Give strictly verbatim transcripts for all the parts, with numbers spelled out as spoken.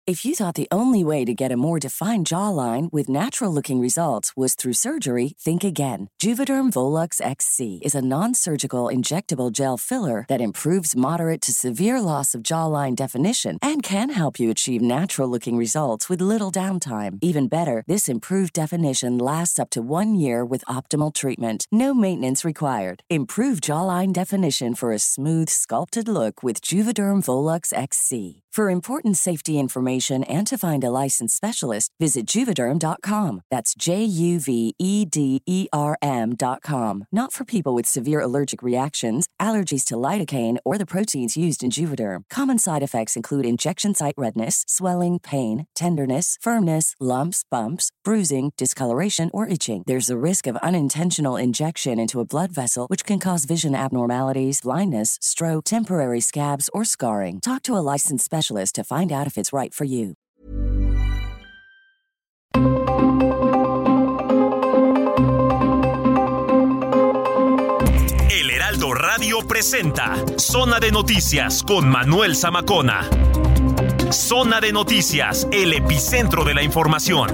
If you thought the only way to get a more defined jawline with natural-looking results was through surgery, think again. Juvederm Volux X C is a non-surgical injectable gel filler that improves moderate to severe loss of jawline definition and can help you achieve natural-looking results with little downtime. Even better, this improved definition lasts up to one year with optimal treatment. No maintenance required. Improve jawline definition for a smooth, sculpted look with Juvederm Volux X C. For important safety information and to find a licensed specialist, visit Juvederm dot com. That's J U V E D E R M dot com. Not for people with severe allergic reactions, allergies to lidocaine, or the proteins used in Juvederm. Common side effects include injection site redness, swelling, pain, tenderness, firmness, lumps, bumps, bruising, discoloration, or itching. There's a risk of unintentional injection into a blood vessel, which can cause vision abnormalities, blindness, stroke, temporary scabs, or scarring. Talk to a licensed specialist to find out if it's right for you. El Heraldo Radio presenta Zona de Noticias con Manuel Zamacona. Zona de Noticias, el epicentro de la información.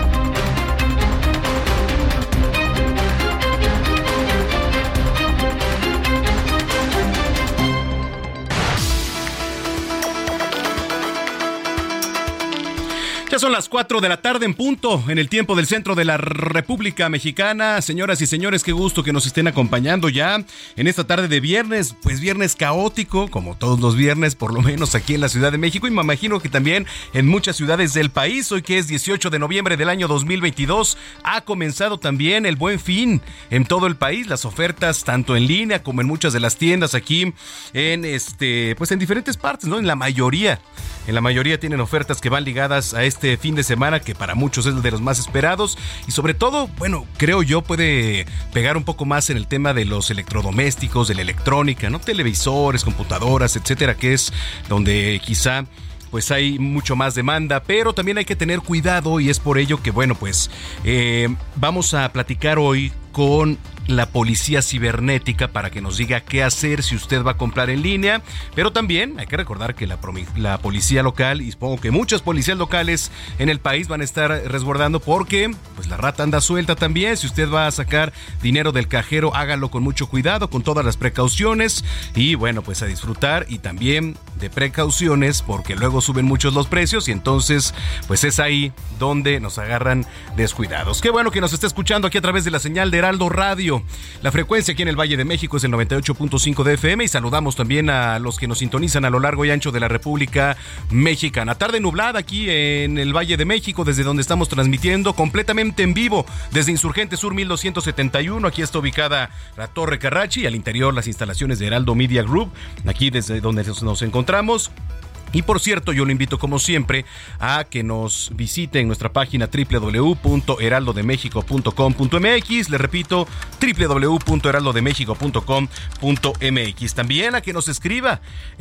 Ya son las cuatro de la tarde en punto, en el tiempo del centro de la República Mexicana. Señoras y señores, qué gusto que nos estén acompañando ya en esta tarde de viernes, pues viernes caótico, como todos los viernes, por lo menos aquí en la Ciudad de México, y me imagino que también en muchas ciudades del país. Hoy, que es dieciocho de noviembre del año dos mil veintidós, ha comenzado también el Buen Fin en todo el país. Las ofertas, tanto en línea como en muchas de las tiendas aquí, en este, pues en diferentes partes, ¿no? En la mayoría, en la mayoría tienen ofertas que van ligadas a este fin de semana, que para muchos es el de los más esperados, y sobre todo, bueno, creo yo puede pegar un poco más en el tema de los electrodomésticos, de la electrónica, ¿no? Televisores, computadoras, etcétera, que es donde quizá pues hay mucho más demanda, pero también hay que tener cuidado, y es por ello que, bueno, pues eh, vamos a platicar hoy con la policía cibernética para que nos diga qué hacer si usted va a comprar en línea. Pero también hay que recordar que la, la policía local, y supongo que muchas policías locales en el país van a estar resguardando, porque pues la rata anda suelta también. Si usted va a sacar dinero del cajero, hágalo con mucho cuidado, con todas las precauciones, y bueno, pues a disfrutar y también de precauciones, porque luego suben muchos los precios y entonces pues es ahí donde nos agarran descuidados. Qué bueno que nos está escuchando aquí a través de la señal de Heraldo Radio. La frecuencia aquí en el Valle de México es el noventa y ocho punto cinco de F M, y saludamos también a los que nos sintonizan a lo largo y ancho de la República Mexicana. Tarde nublada aquí en el Valle de México, desde donde estamos transmitiendo completamente en vivo desde Insurgente Sur mil doscientos setenta y uno. Aquí está ubicada la Torre Carrachi, y al interior las instalaciones de Heraldo Media Group, aquí desde donde nos encontramos. Y por cierto, yo lo invito como siempre a que nos visite en nuestra página doble u doble u doble u punto heraldo de méxico punto com punto m x. Le repito, doble u doble u doble u punto heraldo de méxico punto com punto m x. También a que nos escriba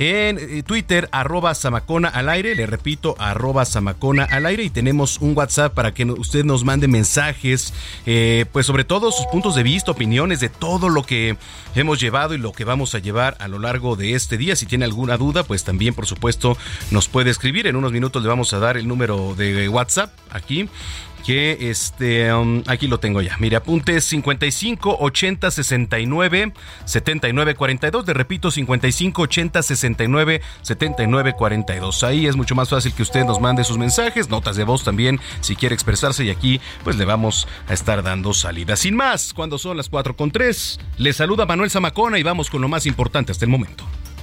en Twitter, arroba Zamacona al aire. Le repito, arroba Zamacona al aire. Y tenemos un WhatsApp para que usted nos mande mensajes, eh, pues sobre todo sus puntos de vista, opiniones de todo lo que hemos llevado y lo que vamos a llevar a lo largo de este día. Si tiene alguna duda, pues también, por supuesto, nos puede escribir. En unos minutos le vamos a dar el número de WhatsApp aquí, que este um, aquí lo tengo ya. Mire, apunte: cincuenta y cinco ochenta sesenta y nueve setenta y nueve cuarenta y dos. Le repito, cincuenta y cinco ochenta sesenta y nueve setenta y nueve cuarenta y dos. Ahí es mucho más fácil que usted nos mande sus mensajes, notas de voz también, si quiere expresarse, y aquí pues le vamos a estar dando salida. Sin más, cuando son las cuatro con tres, le saluda Manuel Zamacona y vamos con lo más importante hasta el momento.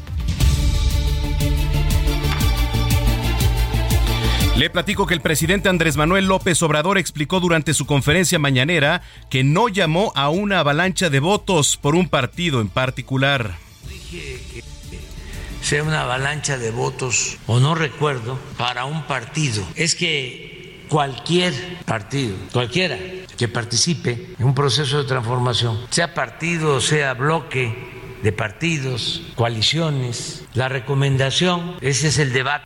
Le platico que el presidente Andrés Manuel López Obrador explicó durante su conferencia mañanera que no llamó a una avalancha de votos por un partido en particular. Dije que sea una avalancha de votos, o no recuerdo, para un partido. Es que cualquier partido, cualquiera que participe en un proceso de transformación, sea partido, sea bloque de partidos, coaliciones, la recomendación, ese es el debate.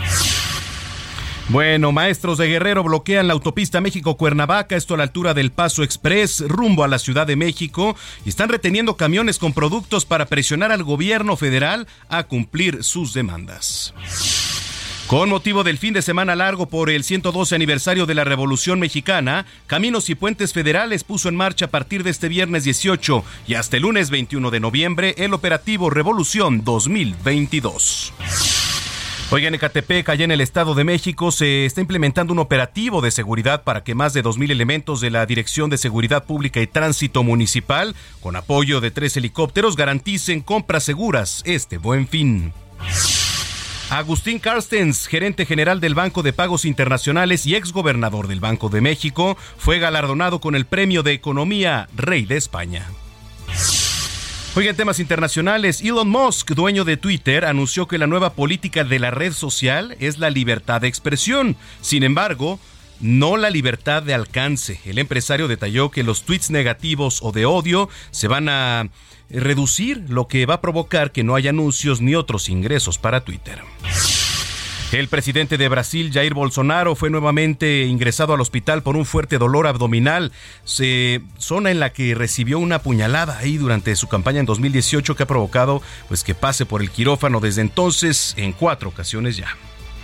Bueno, maestros de Guerrero bloquean la autopista México-Cuernavaca, esto a la altura del Paso Express, rumbo a la Ciudad de México, y están reteniendo camiones con productos para presionar al gobierno federal a cumplir sus demandas. Con motivo del fin de semana largo por el ciento doce aniversario de la Revolución Mexicana, Caminos y Puentes Federales puso en marcha a partir de este viernes dieciocho y hasta el lunes veintiuno de noviembre el operativo Revolución dos mil veintidós. Oigan, en Ecatepec, allá en el Estado de México, se está implementando un operativo de seguridad para que más de dos mil elementos de la Dirección de Seguridad Pública y Tránsito Municipal, con apoyo de tres helicópteros, garanticen compras seguras este Buen Fin. Agustín Carstens, gerente general del Banco de Pagos Internacionales y exgobernador del Banco de México, fue galardonado con el Premio de Economía Rey de España. Oigan, temas internacionales. Elon Musk, dueño de Twitter, anunció que la nueva política de la red social es la libertad de expresión. Sin embargo, no la libertad de alcance. El empresario detalló que los tweets negativos o de odio se van a reducir, lo que va a provocar que no haya anuncios ni otros ingresos para Twitter. El presidente de Brasil, Jair Bolsonaro, fue nuevamente ingresado al hospital por un fuerte dolor abdominal, se, zona en la que recibió una puñalada ahí durante su campaña en dos mil dieciocho que ha provocado pues que pase por el quirófano desde entonces en cuatro ocasiones ya.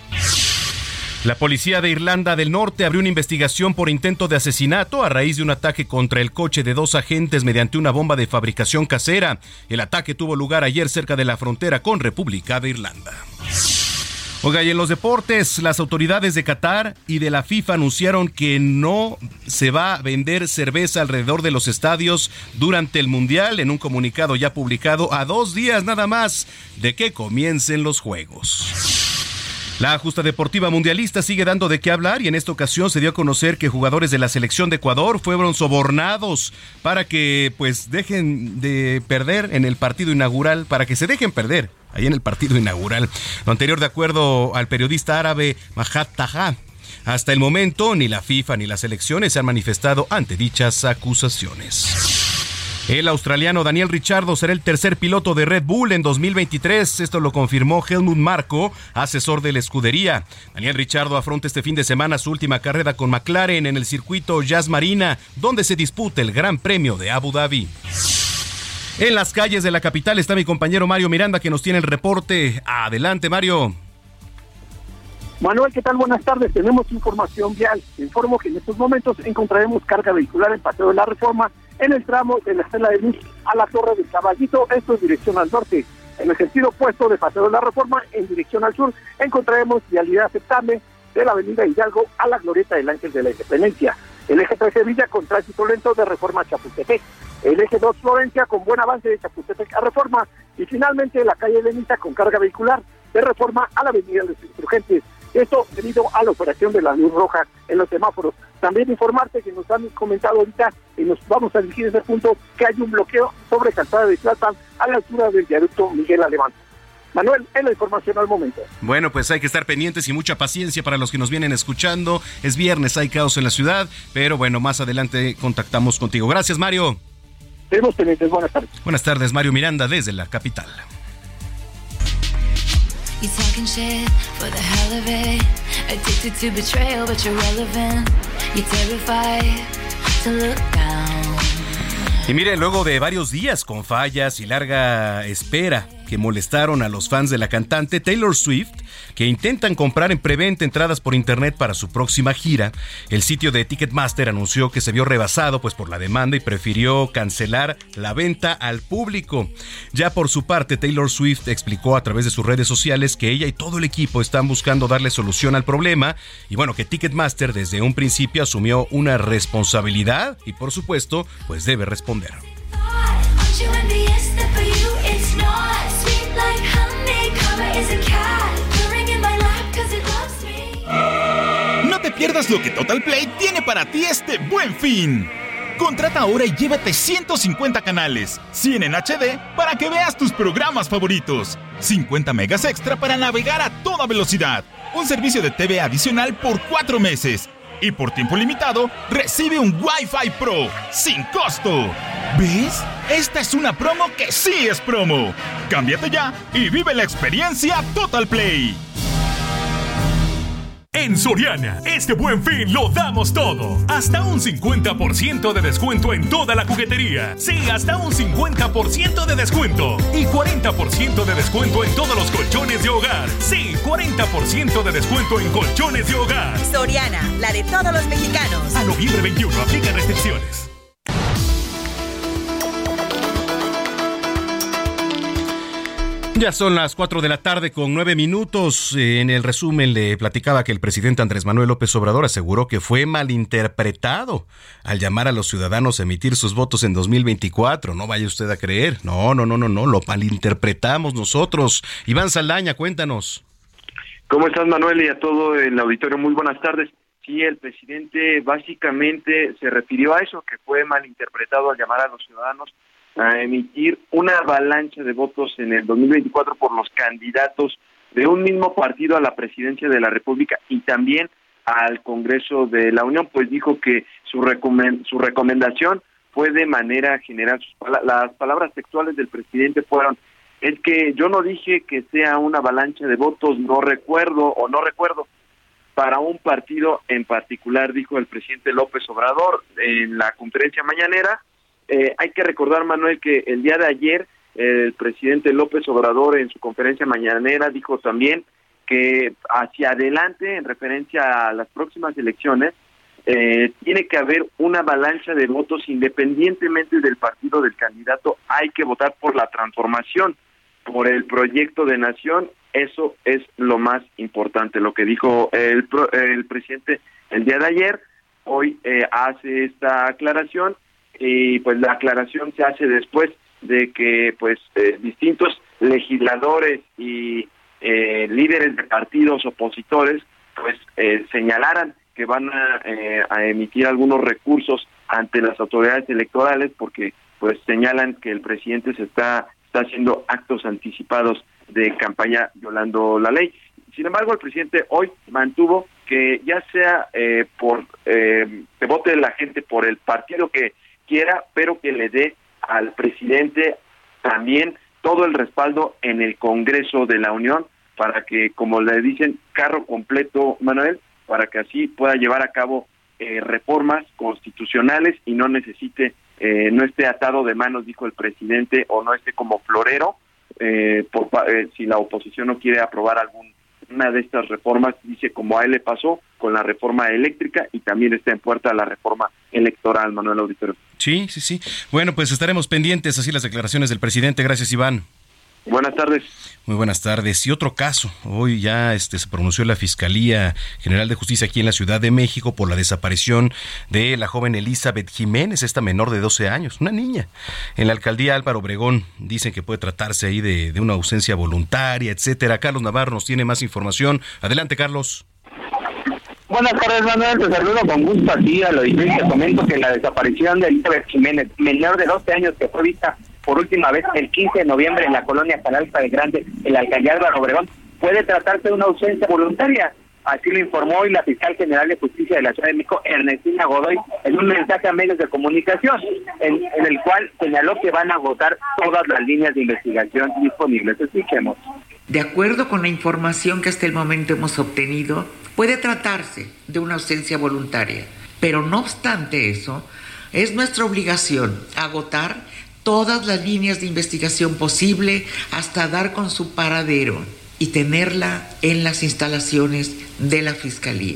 La policía de Irlanda del Norte abrió una investigación por intento de asesinato a raíz de un ataque contra el coche de dos agentes mediante una bomba de fabricación casera. El ataque tuvo lugar ayer cerca de la frontera con República de Irlanda. Oiga, y en los deportes, las autoridades de Qatar y de la FIFA anunciaron que no se va a vender cerveza alrededor de los estadios durante el Mundial, en un comunicado ya publicado a dos días nada más de que comiencen los Juegos. La justa deportiva mundialista sigue dando de qué hablar y en esta ocasión se dio a conocer que jugadores de la selección de Ecuador fueron sobornados para que pues dejen de perder en el partido inaugural, para que se dejen perder ahí en el partido inaugural. Lo anterior de acuerdo al periodista árabe Mahat Taha. Hasta el momento ni la FIFA ni las selecciones se han manifestado ante dichas acusaciones. El australiano Daniel Ricciardo será el tercer piloto de Red Bull en dos mil veintitrés. Esto lo confirmó Helmut Marko, asesor de la escudería. Daniel Ricciardo afronta este fin de semana su última carrera con McLaren en el circuito Yas Marina, donde se disputa el Gran Premio de Abu Dhabi. En las calles de la capital está mi compañero Mario Miranda, que nos tiene el reporte. Adelante, Mario. Manuel, ¿qué tal? Buenas tardes. Tenemos información vial. Informo que en estos momentos encontraremos carga vehicular en Paseo de la Reforma, en el tramo de la Estela de Luz a la Torre del Caballito, esto en dirección al norte. En el sentido opuesto de Paseo de la Reforma, en dirección al sur, encontraremos vialidad aceptable de la avenida Hidalgo a la glorieta del Ángel de la Independencia. El eje tres Sevilla con tránsito lento de Reforma a Chapultepec. El eje dos Florencia con buen avance de Chapultepec a Reforma. Y finalmente la calle Lenita con carga vehicular de Reforma a la avenida de los Insurgentes. Esto debido a la operación de la luz roja en los semáforos. También informarte que nos han comentado ahorita, y nos vamos a dirigir a ese punto, que hay un bloqueo sobre Calzada de Tlalpan a la altura del viaducto Miguel Alemán. Manuel, es la información al momento. Bueno, pues hay que estar pendientes y mucha paciencia para los que nos vienen escuchando. Es viernes, hay caos en la ciudad, pero bueno, más adelante contactamos contigo. Gracias, Mario. Tenemos pendientes, buenas tardes. Buenas tardes, Mario Miranda, desde la capital. You talking shit for the hell of it. Addicted to betrayal, but you're relevant. You're terrified to look down. Y mire, luego de varios días con fallas y larga espera que molestaron a los fans de la cantante Taylor Swift, que intentan comprar en preventa entradas por internet para su próxima gira, el sitio de Ticketmaster anunció que se vio rebasado pues por la demanda y prefirió cancelar la venta al público. Ya por su parte, Taylor Swift explicó a través de sus redes sociales que ella y todo el equipo están buscando darle solución al problema y bueno, que Ticketmaster desde un principio asumió una responsabilidad y por supuesto, pues debe responder. No te pierdas lo que Total Play tiene para ti este Buen Fin. Contrata ahora y llévate ciento cincuenta canales, cien en H D para que veas tus programas favoritos, cincuenta megas extra para navegar a toda velocidad, un servicio de T V adicional por cuatro meses y por tiempo limitado recibe un Wi-Fi Pro sin costo. ¿Ves? Esta es una promo que sí es promo. Cámbiate ya y vive la experiencia Total Play. En Soriana, este Buen Fin lo damos todo. Hasta un cincuenta por ciento de descuento en toda la juguetería. Sí, hasta un cincuenta por ciento de descuento. Y cuarenta por ciento de descuento en todos los colchones de hogar. Sí, cuarenta por ciento de descuento en colchones de hogar. Soriana, la de todos los mexicanos. A noviembre veintiuno, aplica restricciones. Ya son las cuatro de la tarde con nueve minutos. En el resumen le platicaba que el presidente Andrés Manuel López Obrador aseguró que fue malinterpretado al llamar a los ciudadanos a emitir sus votos en dos mil veinticuatro. No vaya usted a creer. No, no, no, no, no. Lo malinterpretamos nosotros. Iván Saldaña, cuéntanos. ¿Cómo estás, Manuel? Y a todo el auditorio, muy buenas tardes. Sí, el presidente básicamente se refirió a eso, que fue malinterpretado al llamar a los ciudadanos a emitir una avalancha de votos en el dos mil veinticuatro por los candidatos de un mismo partido a la presidencia de la República y también al Congreso de la Unión, pues dijo que su, recomend- su recomendación fue de manera general. Sus pala- las palabras textuales del presidente fueron: es que yo no dije que sea una avalancha de votos, no recuerdo o no recuerdo para un partido en particular, dijo el presidente López Obrador en la conferencia mañanera. Eh, hay que recordar, Manuel, que el día de ayer eh, el presidente López Obrador en su conferencia mañanera dijo también que hacia adelante, en referencia a las próximas elecciones, eh, tiene que haber una avalancha de votos independientemente del partido del candidato. Hay que votar por la transformación, por el proyecto de nación. Eso es lo más importante, lo que dijo el, el presidente el día de ayer. Hoy eh, hace esta aclaración. Y pues la aclaración se hace después de que pues eh, distintos legisladores y eh, líderes de partidos opositores pues eh, señalaran que van a, eh, a emitir algunos recursos ante las autoridades electorales porque pues señalan que el presidente se está está haciendo actos anticipados de campaña violando la ley. Sin embargo, el presidente hoy mantuvo que ya sea eh, por eh, que vote la gente por el partido que quiera, pero que le dé al presidente también todo el respaldo en el Congreso de la Unión para que, como le dicen, carro completo, Manuel, para que así pueda llevar a cabo eh, reformas constitucionales y no necesite, eh, no esté atado de manos, dijo el presidente, o no esté como florero, eh, por, eh, si la oposición no quiere aprobar algún una de estas reformas, dice, como a él le pasó con la reforma eléctrica y también está en puerta la reforma electoral, Manuel Auditorio. Sí, sí, sí. Bueno, pues estaremos pendientes así las declaraciones del presidente. Gracias, Iván. Buenas tardes. Muy buenas tardes. Y otro caso, hoy ya este se pronunció la Fiscalía General de Justicia aquí en la Ciudad de México por la desaparición de la joven Elizabeth Jiménez, esta menor de doce años, una niña. En la alcaldía Álvaro Obregón dicen que puede tratarse ahí de, de una ausencia voluntaria, etcétera. Carlos Navarro nos tiene más información. Adelante, Carlos. Buenas tardes, Manuel, te saludo con gusto aquí a lo y te comento que la desaparición de Elizabeth Jiménez, menor de doce años, que fue vista por última vez el quince de noviembre en la colonia Calalpa del Grande, en la alcaldía Álvaro Obregón, puede tratarse de una ausencia voluntaria. Así lo informó hoy la fiscal general de justicia de la Ciudad de México, Ernestina Godoy, en un mensaje a medios de comunicación, en, en el cual señaló que van a agotar todas las líneas de investigación disponibles. Escuchemos. De acuerdo con la información que hasta el momento hemos obtenido, puede tratarse de una ausencia voluntaria, pero no obstante eso, es nuestra obligación agotar todas las líneas de investigación posible hasta dar con su paradero y tenerla en las instalaciones de la Fiscalía.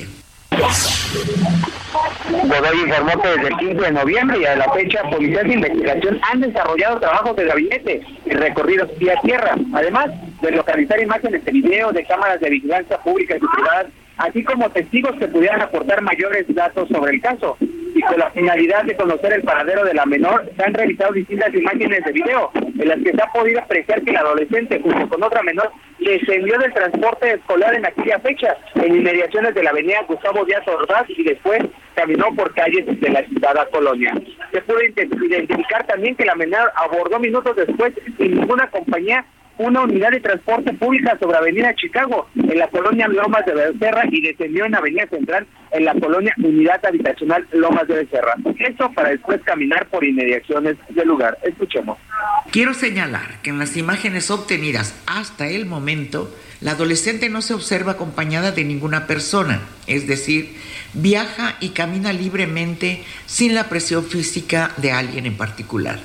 Godoy informó que desde el quince de noviembre y a la fecha, policías de investigación han desarrollado trabajos de gabinete y recorridos vía tierra, además de localizar imágenes de video de cámaras de vigilancia públicas y privadas, así como testigos que pudieran aportar mayores datos sobre el caso. Y con la finalidad de conocer el paradero de la menor, se han realizado distintas imágenes de video, en las que se ha podido apreciar que el adolescente, junto con otra menor, descendió del transporte escolar en aquella fecha, en inmediaciones de la avenida Gustavo Díaz Ordaz, y después caminó por calles de la citada colonia. Se pudo identificar también que la menor abordó minutos después, sin ninguna compañía, una unidad de transporte pública sobre Avenida Chicago, en la colonia Lomas de Becerra, y descendió en Avenida Central, en la colonia Unidad Habitacional Lomas de Becerra. Esto para después caminar por inmediaciones del lugar. Escuchemos. Quiero señalar que en las imágenes obtenidas hasta el momento, la adolescente no se observa acompañada de ninguna persona, es decir, viaja y camina libremente sin la presión física de alguien en particular.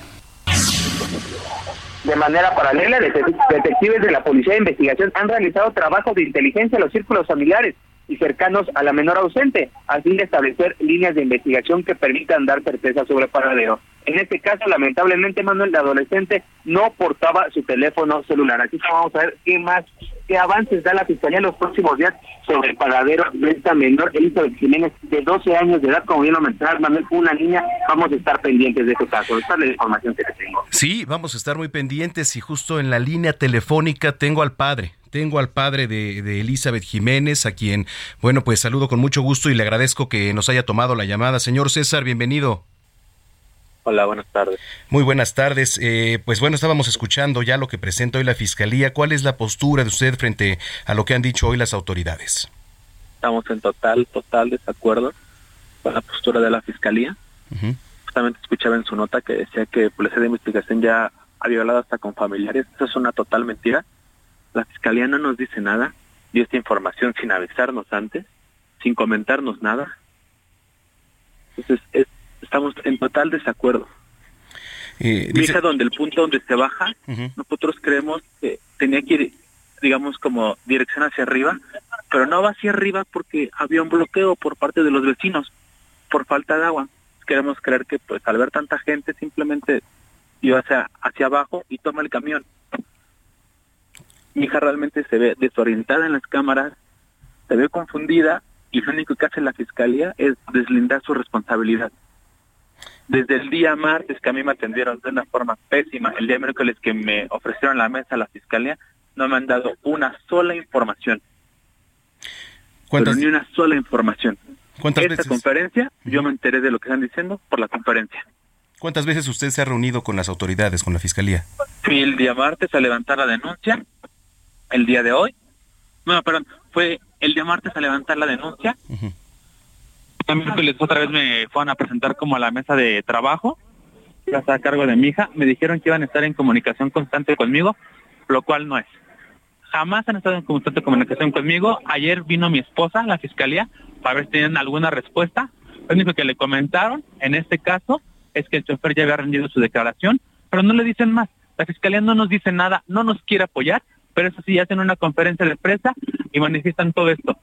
De manera paralela, detectives de la Policía de Investigación han realizado trabajos de inteligencia en los círculos familiares y cercanos a la menor ausente, a fin de establecer líneas de investigación que permitan dar certeza sobre el paradero. En este caso, lamentablemente, Manuel, la adolescente no portaba su teléfono celular. Así que vamos a ver qué más, qué avances da la Fiscalía en los próximos días sobre el paradero de esta menor, Elizabeth Jiménez, de doce años de edad, como bien lo mencionaba, Manuel, una niña. Vamos a estar pendientes de este caso. Esta es la información que te tengo. Sí, vamos a estar muy pendientes, y justo en la línea telefónica tengo al padre. Tengo al padre de, de Elizabeth Jiménez, a quien, bueno, pues saludo con mucho gusto y le agradezco que nos haya tomado la llamada. Señor César, bienvenido. Hola, buenas tardes. Muy buenas tardes. Eh, pues bueno, estábamos escuchando ya lo que presenta hoy la Fiscalía. ¿Cuál es la postura de usted frente a lo que han dicho hoy las autoridades? Estamos en total, total desacuerdo con la postura de la Fiscalía. Uh-huh. Justamente escuchaba en su nota que decía que la Policía de Investigación ya ha violado hasta con familiares. Eso es una total mentira. La Fiscalía no nos dice nada, dio esta información sin avisarnos antes, sin comentarnos nada. Entonces, es, estamos en total desacuerdo. Eh, dice... Fija donde el punto donde se baja, uh-huh. nosotros creemos que tenía que ir, digamos, como dirección hacia arriba, pero no va hacia arriba porque había un bloqueo por parte de los vecinos, por falta de agua. Queremos creer que, pues, al ver tanta gente, simplemente iba hacia, hacia abajo y toma el camión. Mi hija realmente se ve desorientada en las cámaras, se ve confundida, y lo único que hace la Fiscalía es deslindar su responsabilidad. Desde el día martes, que a mí me atendieron de una forma pésima, el día miércoles que me ofrecieron la mesa a la Fiscalía, no me han dado una sola información. ¿Cuántas? Pero ni una sola información. ¿Cuántas Esta veces? conferencia, yo me enteré de lo que están diciendo por la conferencia. ¿Cuántas veces usted se ha reunido con las autoridades, con la Fiscalía? Fui el día martes a levantar la denuncia. El día de hoy, no, perdón, fue el día martes a levantar la denuncia. Uh-huh. También otra vez me fueron a presentar como a la mesa de trabajo, ya está a cargo de mi hija. Me dijeron que iban a estar en comunicación constante conmigo, lo cual no es. Jamás han estado en constante comunicación conmigo. Ayer vino mi esposa a la Fiscalía para ver si tenían alguna respuesta. Lo único que le comentaron, en este caso, es que el chofer ya había rendido su declaración, pero no le dicen más. La Fiscalía no nos dice nada, no nos quiere apoyar, pero eso sí, hacen una conferencia de prensa y manifiestan todo esto.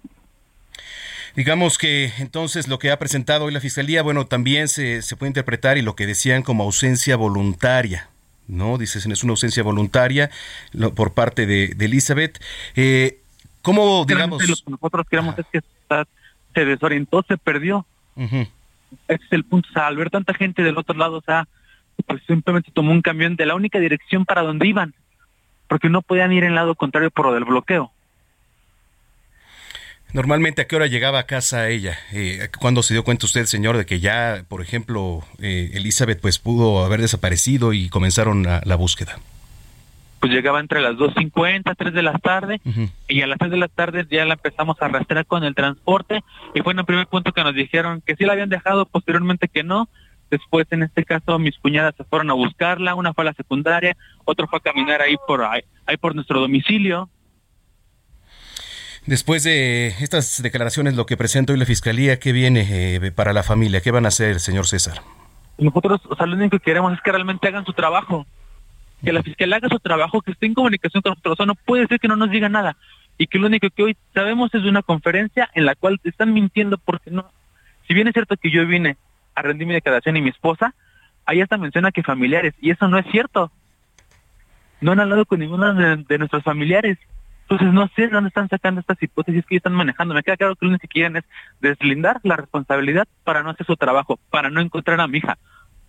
Digamos que entonces lo que ha presentado hoy la Fiscalía, bueno, también se, se puede interpretar, y lo que decían, como ausencia voluntaria, ¿no? Dicen, es una ausencia voluntaria lo, por parte de, de Elizabeth. Eh, ¿Cómo, digamos? Lo que nosotros queremos ah. es que está, se desorientó, se perdió. Uh-huh. Ese es el punto. O sea, al ver tanta gente del otro lado, o sea, pues simplemente tomó un camión de la única dirección para donde iban, porque no podían ir en lado contrario por lo del bloqueo. Normalmente, ¿a qué hora llegaba a casa ella? Eh, ¿Cuándo se dio cuenta usted, señor, de que ya, por ejemplo, eh, Elizabeth pues pudo haber desaparecido y comenzaron la, la búsqueda? Pues llegaba entre las dos cincuenta, tres de la tarde, uh-huh. y a las tres de la tarde ya la empezamos a rastrear con el transporte, y fue en el primer punto que nos dijeron que sí la habían dejado, posteriormente que no. Después, en este caso, mis cuñadas se fueron a buscarla, una fue a la secundaria, otro fue a caminar ahí por ahí, ahí por nuestro domicilio. Después de estas declaraciones, lo que presenta hoy la Fiscalía, ¿qué viene eh, para la familia? ¿Qué van a hacer, señor César? Nosotros, o sea, lo único que queremos es que realmente hagan su trabajo, que la Fiscalía haga su trabajo, que esté en comunicación con nosotros. O sea, no puede ser que no nos diga nada, y que lo único que hoy sabemos es de una conferencia en la cual están mintiendo, porque no, si bien es cierto que yo vine a rendir mi declaración y mi esposa, ahí hasta menciona que familiares, y eso no es cierto. No han hablado con ninguno de, de nuestros familiares. Entonces no sé de dónde están sacando estas hipótesis que están manejando. Me queda claro que lo único que quieren es deslindar la responsabilidad para no hacer su trabajo, para no encontrar a mi hija.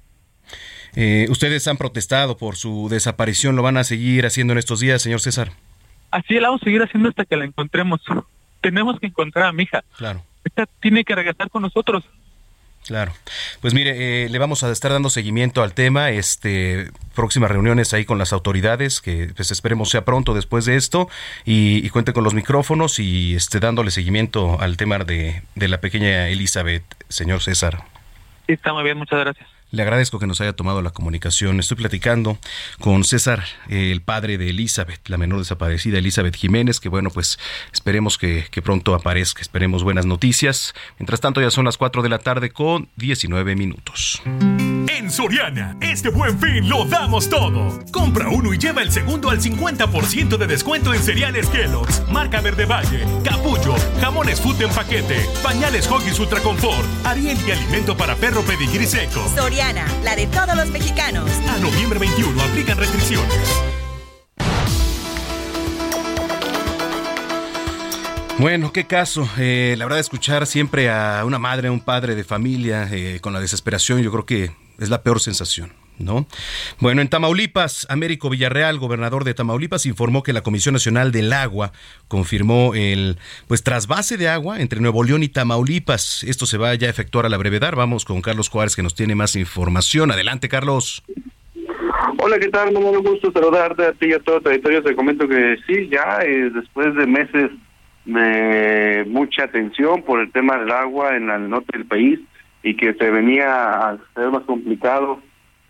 Eh, ustedes han protestado por su desaparición, ¿lo van a seguir haciendo en estos días, señor César? Así la vamos a seguir haciendo hasta que la encontremos. Tenemos que encontrar a mi hija. Claro. Esta tiene que regresar con nosotros. Claro. Pues mire, eh, le vamos a estar dando seguimiento al tema, este, próximas reuniones ahí con las autoridades, que pues esperemos sea pronto después de esto, y, y cuente con los micrófonos y esté dándole seguimiento al tema de, de la pequeña Elizabeth, señor César. Sí, está muy bien, muchas gracias. Le agradezco que nos haya tomado la comunicación. Estoy platicando con César, eh, el padre de Elizabeth, la menor desaparecida, Elizabeth Jiménez, que bueno, pues esperemos que, que pronto aparezca, esperemos buenas noticias. Mientras tanto, ya son las cuatro de la tarde con diecinueve minutos. En Soriana, este Buen Fin lo damos todo. Compra uno y lleva el segundo al cincuenta por ciento de descuento en cereales Kellogg's, marca Verde Valle, Capullo, jamones Food en paquete, pañales Huggies Ultra Confort, Ariel y alimento para perro Pedigree seco. Soriana, la de todos los mexicanos. A noviembre veintiuno aplican restricciones. Bueno, qué caso. Eh, la verdad, escuchar siempre a una madre, a un padre de familia eh, con la desesperación, yo creo que es la peor sensación, ¿no? Bueno, en Tamaulipas, Américo Villarreal, gobernador de Tamaulipas, informó que la Comisión Nacional del Agua confirmó el pues trasvase de agua entre Nuevo León y Tamaulipas. Esto se va ya a efectuar a la brevedad. Vamos con Carlos Juárez, que nos tiene más información. Adelante, Carlos. Hola, ¿qué tal? Muy un gusto saludarte a ti y a todo el territorio. Te comento que sí, ya eh, después de meses de mucha atención por el tema del agua en el norte del país y que se venía a ser más complicado,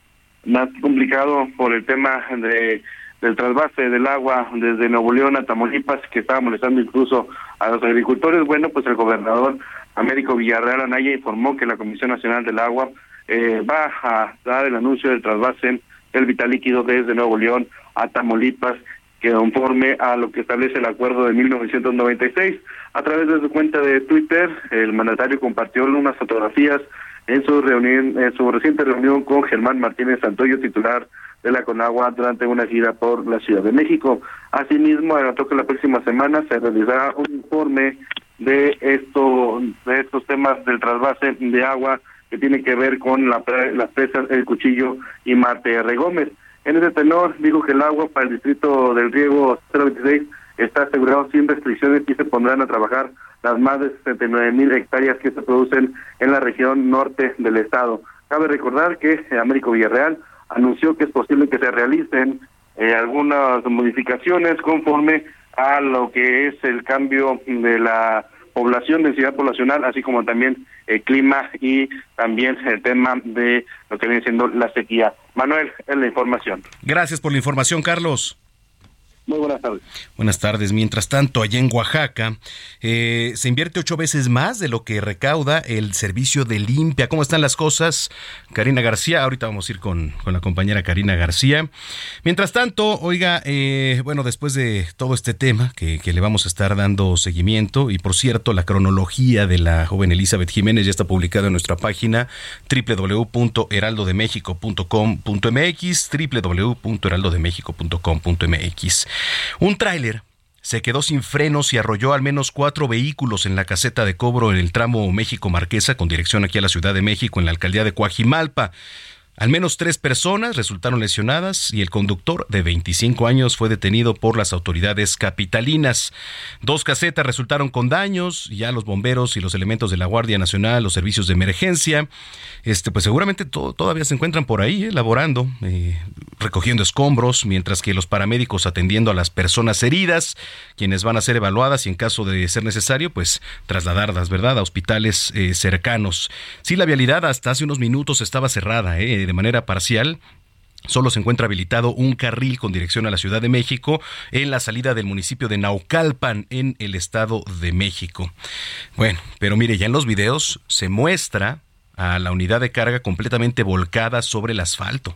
más complicado por el tema de del trasvase del agua desde Nuevo León a Tamaulipas, que estaba molestando incluso a los agricultores. Bueno, pues el gobernador Américo Villarreal Anaya informó que la Comisión Nacional del Agua eh, va a dar el anuncio del trasvase del vital líquido desde Nuevo León a Tamaulipas, que conforme a lo que establece el acuerdo de mil novecientos noventa y seis. A través de su cuenta de Twitter, el mandatario compartió unas fotografías en su reunión, en su reciente reunión con Germán Martínez Santoyo, titular de la Conagua, durante una gira por la Ciudad de México. Asimismo, adelantó que la próxima semana se realizará un informe de esto, de estos temas del trasvase de agua que tiene que ver con la, las presas El Cuchillo y Marte R. Gómez. En ese tenor, dijo que el agua para el distrito del riego cero veintiséis está asegurado sin restricciones y se pondrán a trabajar las más de sesenta y nueve mil hectáreas que se producen en la región norte del estado. Cabe recordar que Américo Villarreal anunció que es posible que se realicen eh, algunas modificaciones conforme a lo que es el cambio de la población, densidad poblacional, así como también el clima y también el tema de lo que viene siendo la sequía. Manuel, es la información. Gracias por la información, Carlos. Muy buenas tardes. Buenas tardes. Mientras tanto, allá en Oaxaca, eh, se invierte ocho veces más de lo que recauda el servicio de limpia. ¿Cómo están las cosas? Karina García, ahorita vamos a ir con, con la compañera Karina García. Mientras tanto, oiga, eh, bueno, después de todo este tema que, que le vamos a estar dando seguimiento, y por cierto, la cronología de la joven Elizabeth Jiménez ya está publicada en nuestra página doble u doble u doble u punto heraldo de méxico punto com punto m x, doble u doble u doble u punto heraldo de méxico punto com punto m x. Un tráiler se quedó sin frenos y arrolló al menos cuatro vehículos en la caseta de cobro en el tramo México-Marquesa, con dirección aquí a la Ciudad de México, en la alcaldía de Coajimalpa. Al menos tres personas resultaron lesionadas y el conductor, de veinticinco años, fue detenido por las autoridades capitalinas. Dos casetas resultaron con daños, y ya los bomberos y los elementos de la Guardia Nacional, los servicios de emergencia, este, pues seguramente to- todavía se encuentran por ahí, eh, laborando, eh, recogiendo escombros, mientras que los paramédicos atendiendo a las personas heridas, quienes van a ser evaluadas y en caso de ser necesario, pues trasladarlas, ¿verdad?, a hospitales eh, cercanos. Sí, la vialidad hasta hace unos minutos estaba cerrada, eh, de manera parcial. Solo se encuentra habilitado un carril con dirección a la Ciudad de México en la salida del municipio de Naucalpan, en el Estado de México. Bueno, pero mire, ya en los videos se muestra a la unidad de carga completamente volcada sobre el asfalto.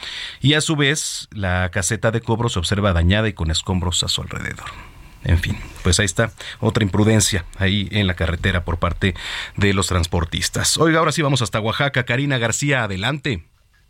Y a su vez, la caseta de cobro se observa dañada y con escombros a su alrededor. En fin, pues ahí está otra imprudencia ahí en la carretera por parte de los transportistas. Oiga, ahora sí vamos hasta Oaxaca. Karina García, adelante.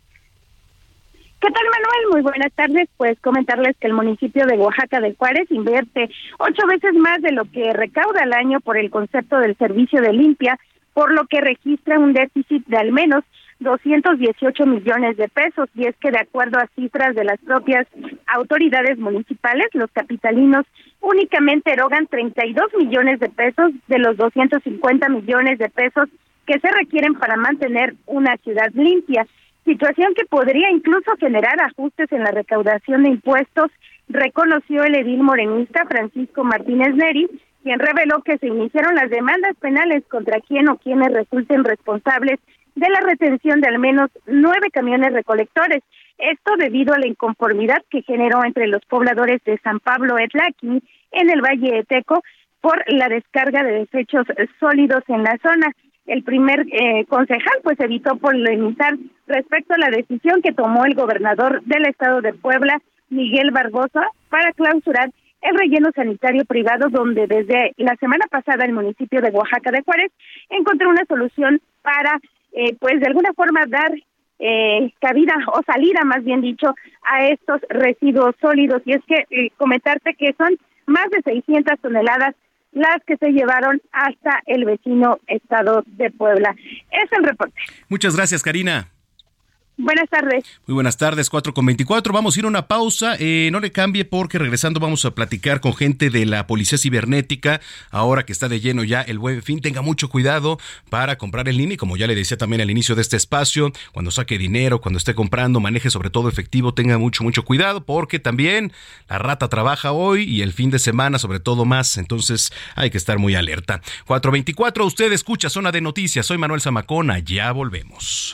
¿Qué tal, Manuel? Muy buenas tardes. Pues comentarles que el municipio de Oaxaca de Juárez invierte ocho veces más de lo que recauda al año por el concepto del servicio de limpia, por lo que registra un déficit de al menos doscientos dieciocho millones de pesos. Y es que, de acuerdo a cifras de las propias autoridades municipales, los capitalinos únicamente erogan treinta y dos millones de pesos de los doscientos cincuenta millones de pesos que se requieren para mantener una ciudad limpia, situación que podría incluso generar ajustes en la recaudación de impuestos, reconoció el edil morenista Francisco Martínez Neri, quien reveló que se iniciaron las demandas penales contra quien o quienes resulten responsables de la retención de al menos nueve camiones recolectores. Esto debido a la inconformidad que generó entre los pobladores de San Pablo Etlaqui, en el Valle de Teco, por la descarga de desechos sólidos en la zona. El primer eh, concejal pues evitó polemizar respecto a la decisión que tomó el gobernador del estado de Puebla, Miguel Barbosa, para clausurar el relleno sanitario privado, donde desde la semana pasada el municipio de Oaxaca de Juárez encontró una solución para, eh, pues de alguna forma dar eh, cabida o salida, más bien dicho, a estos residuos sólidos. Y es que eh, comentarte que son más de seiscientas toneladas las que se llevaron hasta el vecino estado de Puebla. Es el reporte. Muchas gracias, Karina. Buenas tardes. Muy buenas tardes, cuatro con veinticuatro. Vamos a ir a una pausa. Eh, no le cambie porque regresando vamos a platicar con gente de la Policía Cibernética. Ahora que está de lleno ya el Buen Fin, tenga mucho cuidado para comprar en línea. Y como ya le decía también al inicio de este espacio, cuando saque dinero, cuando esté comprando, maneje sobre todo efectivo, tenga mucho, mucho cuidado porque también la rata trabaja hoy y el fin de semana sobre todo más. Entonces hay que estar muy alerta. cuatro veinticuatro, usted escucha Zona de Noticias. Soy Manuel Zamacona. Ya volvemos.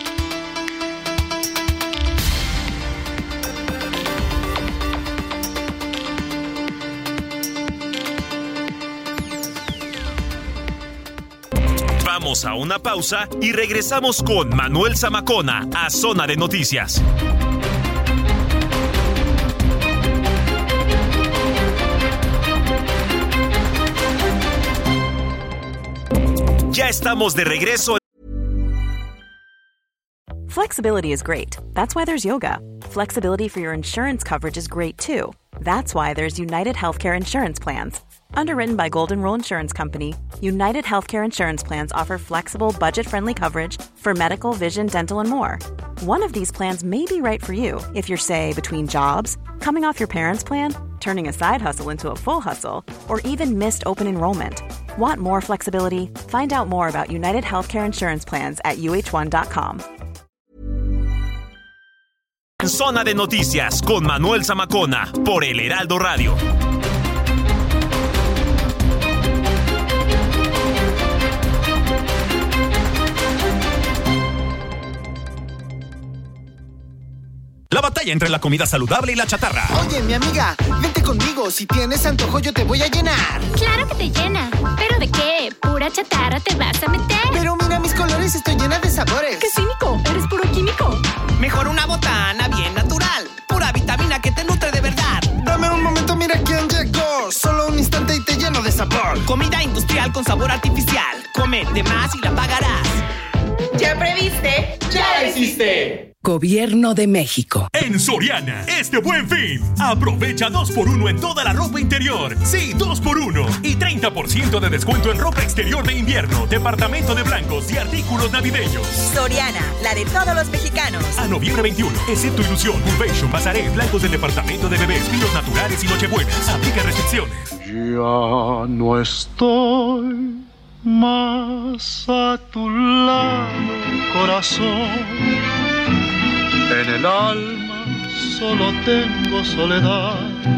Vamos a una pausa y regresamos con Manuel Zamacona a Zona de Noticias. Ya estamos de regreso. Flexibility is great. That's why there's yoga. Flexibility for your insurance coverage is great too. That's why there's United Healthcare Insurance Plans. Underwritten by Golden Rule Insurance Company, United Healthcare Insurance Plans offer flexible, budget-friendly coverage for medical, vision, dental, and more. One of these plans may be right for you if you're, say, between jobs, coming off your parents' plan, turning a side hustle into a full hustle, or even missed open enrollment. Want more flexibility? Find out more about United Healthcare Insurance Plans at U H one dot com. Zona de Noticias con Manuel Zamacona por El Heraldo Radio. La batalla entre la comida saludable y la chatarra. Oye, mi amiga, vente conmigo. Si tienes antojo, yo te voy a llenar. Claro que te llena. ¿Pero de qué? ¿Pura chatarra te vas a meter? Pero mira mis colores, estoy llena de sabores. ¡Qué cínico! Eres puro químico. Mejor una botana bien natural. Pura vitamina que te nutre de verdad. Dame un momento, mira quién llegó. Solo un instante y te lleno de sabor. Comida industrial con sabor artificial. Come de más y la pagarás. ¿Ya previste? ¡Ya la hiciste! Gobierno de México. En Soriana, este Buen Fin, aprovecha dos por uno en toda la ropa interior. Sí, dos por uno. Y treinta por ciento de descuento en ropa exterior de invierno, departamento de blancos y artículos navideños. Soriana, la de todos los mexicanos. A noviembre veintiuno, excepto Ilusión, Convention, Bazaré, blancos del departamento de bebés, pinos naturales y nochebuenas. Aplica restricciones. Ya no estoy más a tu lado, corazón. En el alma solo tengo soledad.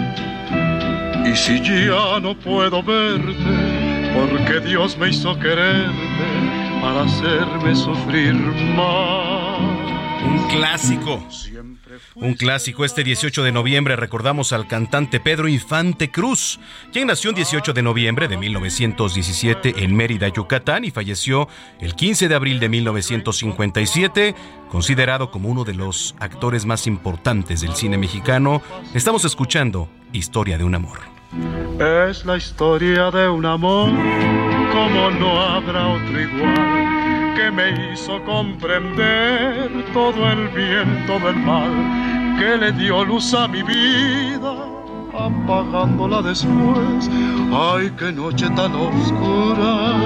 Y si ya no puedo verte, porque Dios me hizo quererte para hacerme sufrir más. Un clásico. Un clásico. Este dieciocho de noviembre recordamos al cantante Pedro Infante Cruz, quien nació el dieciocho de noviembre de mil novecientos diecisiete en Mérida, Yucatán, y falleció el quince de abril de mil novecientos cincuenta y siete, considerado como uno de los actores más importantes del cine mexicano. Estamos escuchando Historia de un amor. Es la historia de un amor como no habrá otro igual, que me hizo comprender todo el bien, todo el mal, que le dio luz a mi vida, apagándola después. Ay, qué noche tan oscura,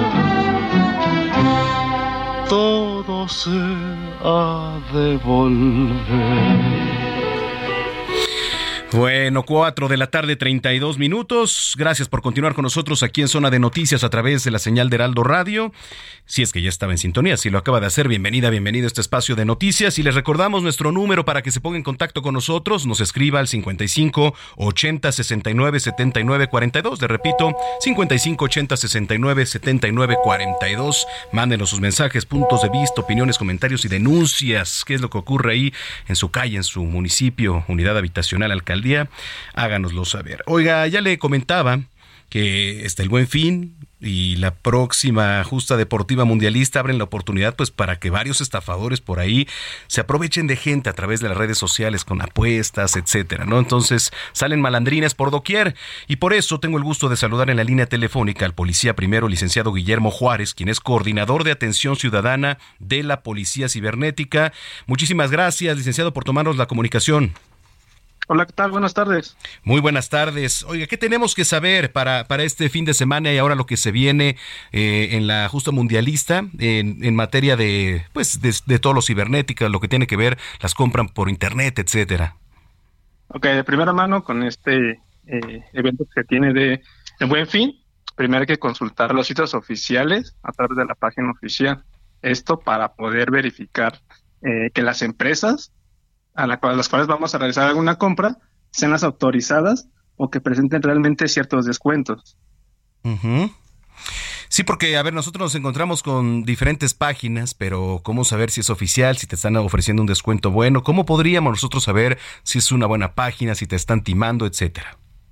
todo se ha de volver. Bueno, cuatro de la tarde, treinta y dos minutos. Gracias por continuar con nosotros aquí en Zona de Noticias a través de la señal de Heraldo Radio. Si es que ya estaba en sintonía, si lo acaba de hacer, bienvenida, bienvenido a este espacio de noticias. Y les recordamos nuestro número para que se ponga en contacto con nosotros. Nos escriba al cincuenta y cinco, ochenta, sesenta y nueve, setenta y nueve, cuarenta y dos. Le repito, cincuenta y cinco, ochenta, sesenta y nueve, setenta y nueve, cuarenta y dos. Mándenos sus mensajes, puntos de vista, opiniones, comentarios y denuncias. ¿Qué es lo que ocurre ahí en su calle, en su municipio, unidad habitacional, alcaldía? Día, háganoslo saber. Oiga, ya le comentaba que está el Buen Fin y la próxima justa deportiva mundialista abren la oportunidad pues para que varios estafadores por ahí se aprovechen de gente a través de las redes sociales con apuestas, etcétera, ¿no? Entonces salen malandrines por doquier y por eso tengo el gusto de saludar en la línea telefónica al policía primero, licenciado Guillermo Juárez, quien es coordinador de atención ciudadana de la Policía Cibernética. Muchísimas gracias, licenciado, por tomarnos la comunicación. Hola, ¿qué tal? Buenas tardes. Muy buenas tardes. Oiga, ¿qué tenemos que saber para, para este fin de semana y ahora lo que se viene eh, en la justa mundialista en, en materia de, pues, de, de todo lo cibernético, lo que tiene que ver, las compras por internet, etcétera? Ok, de primera mano con este eh, evento que tiene de El Buen Fin, primero hay que consultar los sitios oficiales a través de la página oficial. Esto para poder verificar eh, que las empresas a la cual, las cuales vamos a realizar alguna compra sean las autorizadas o que presenten realmente ciertos descuentos. Uh-huh. Sí, porque, a ver, nosotros nos encontramos con diferentes páginas, pero ¿cómo saber si es oficial, si te están ofreciendo un descuento bueno? ¿Cómo podríamos nosotros saber si es una buena página, si te están timando, etcétera?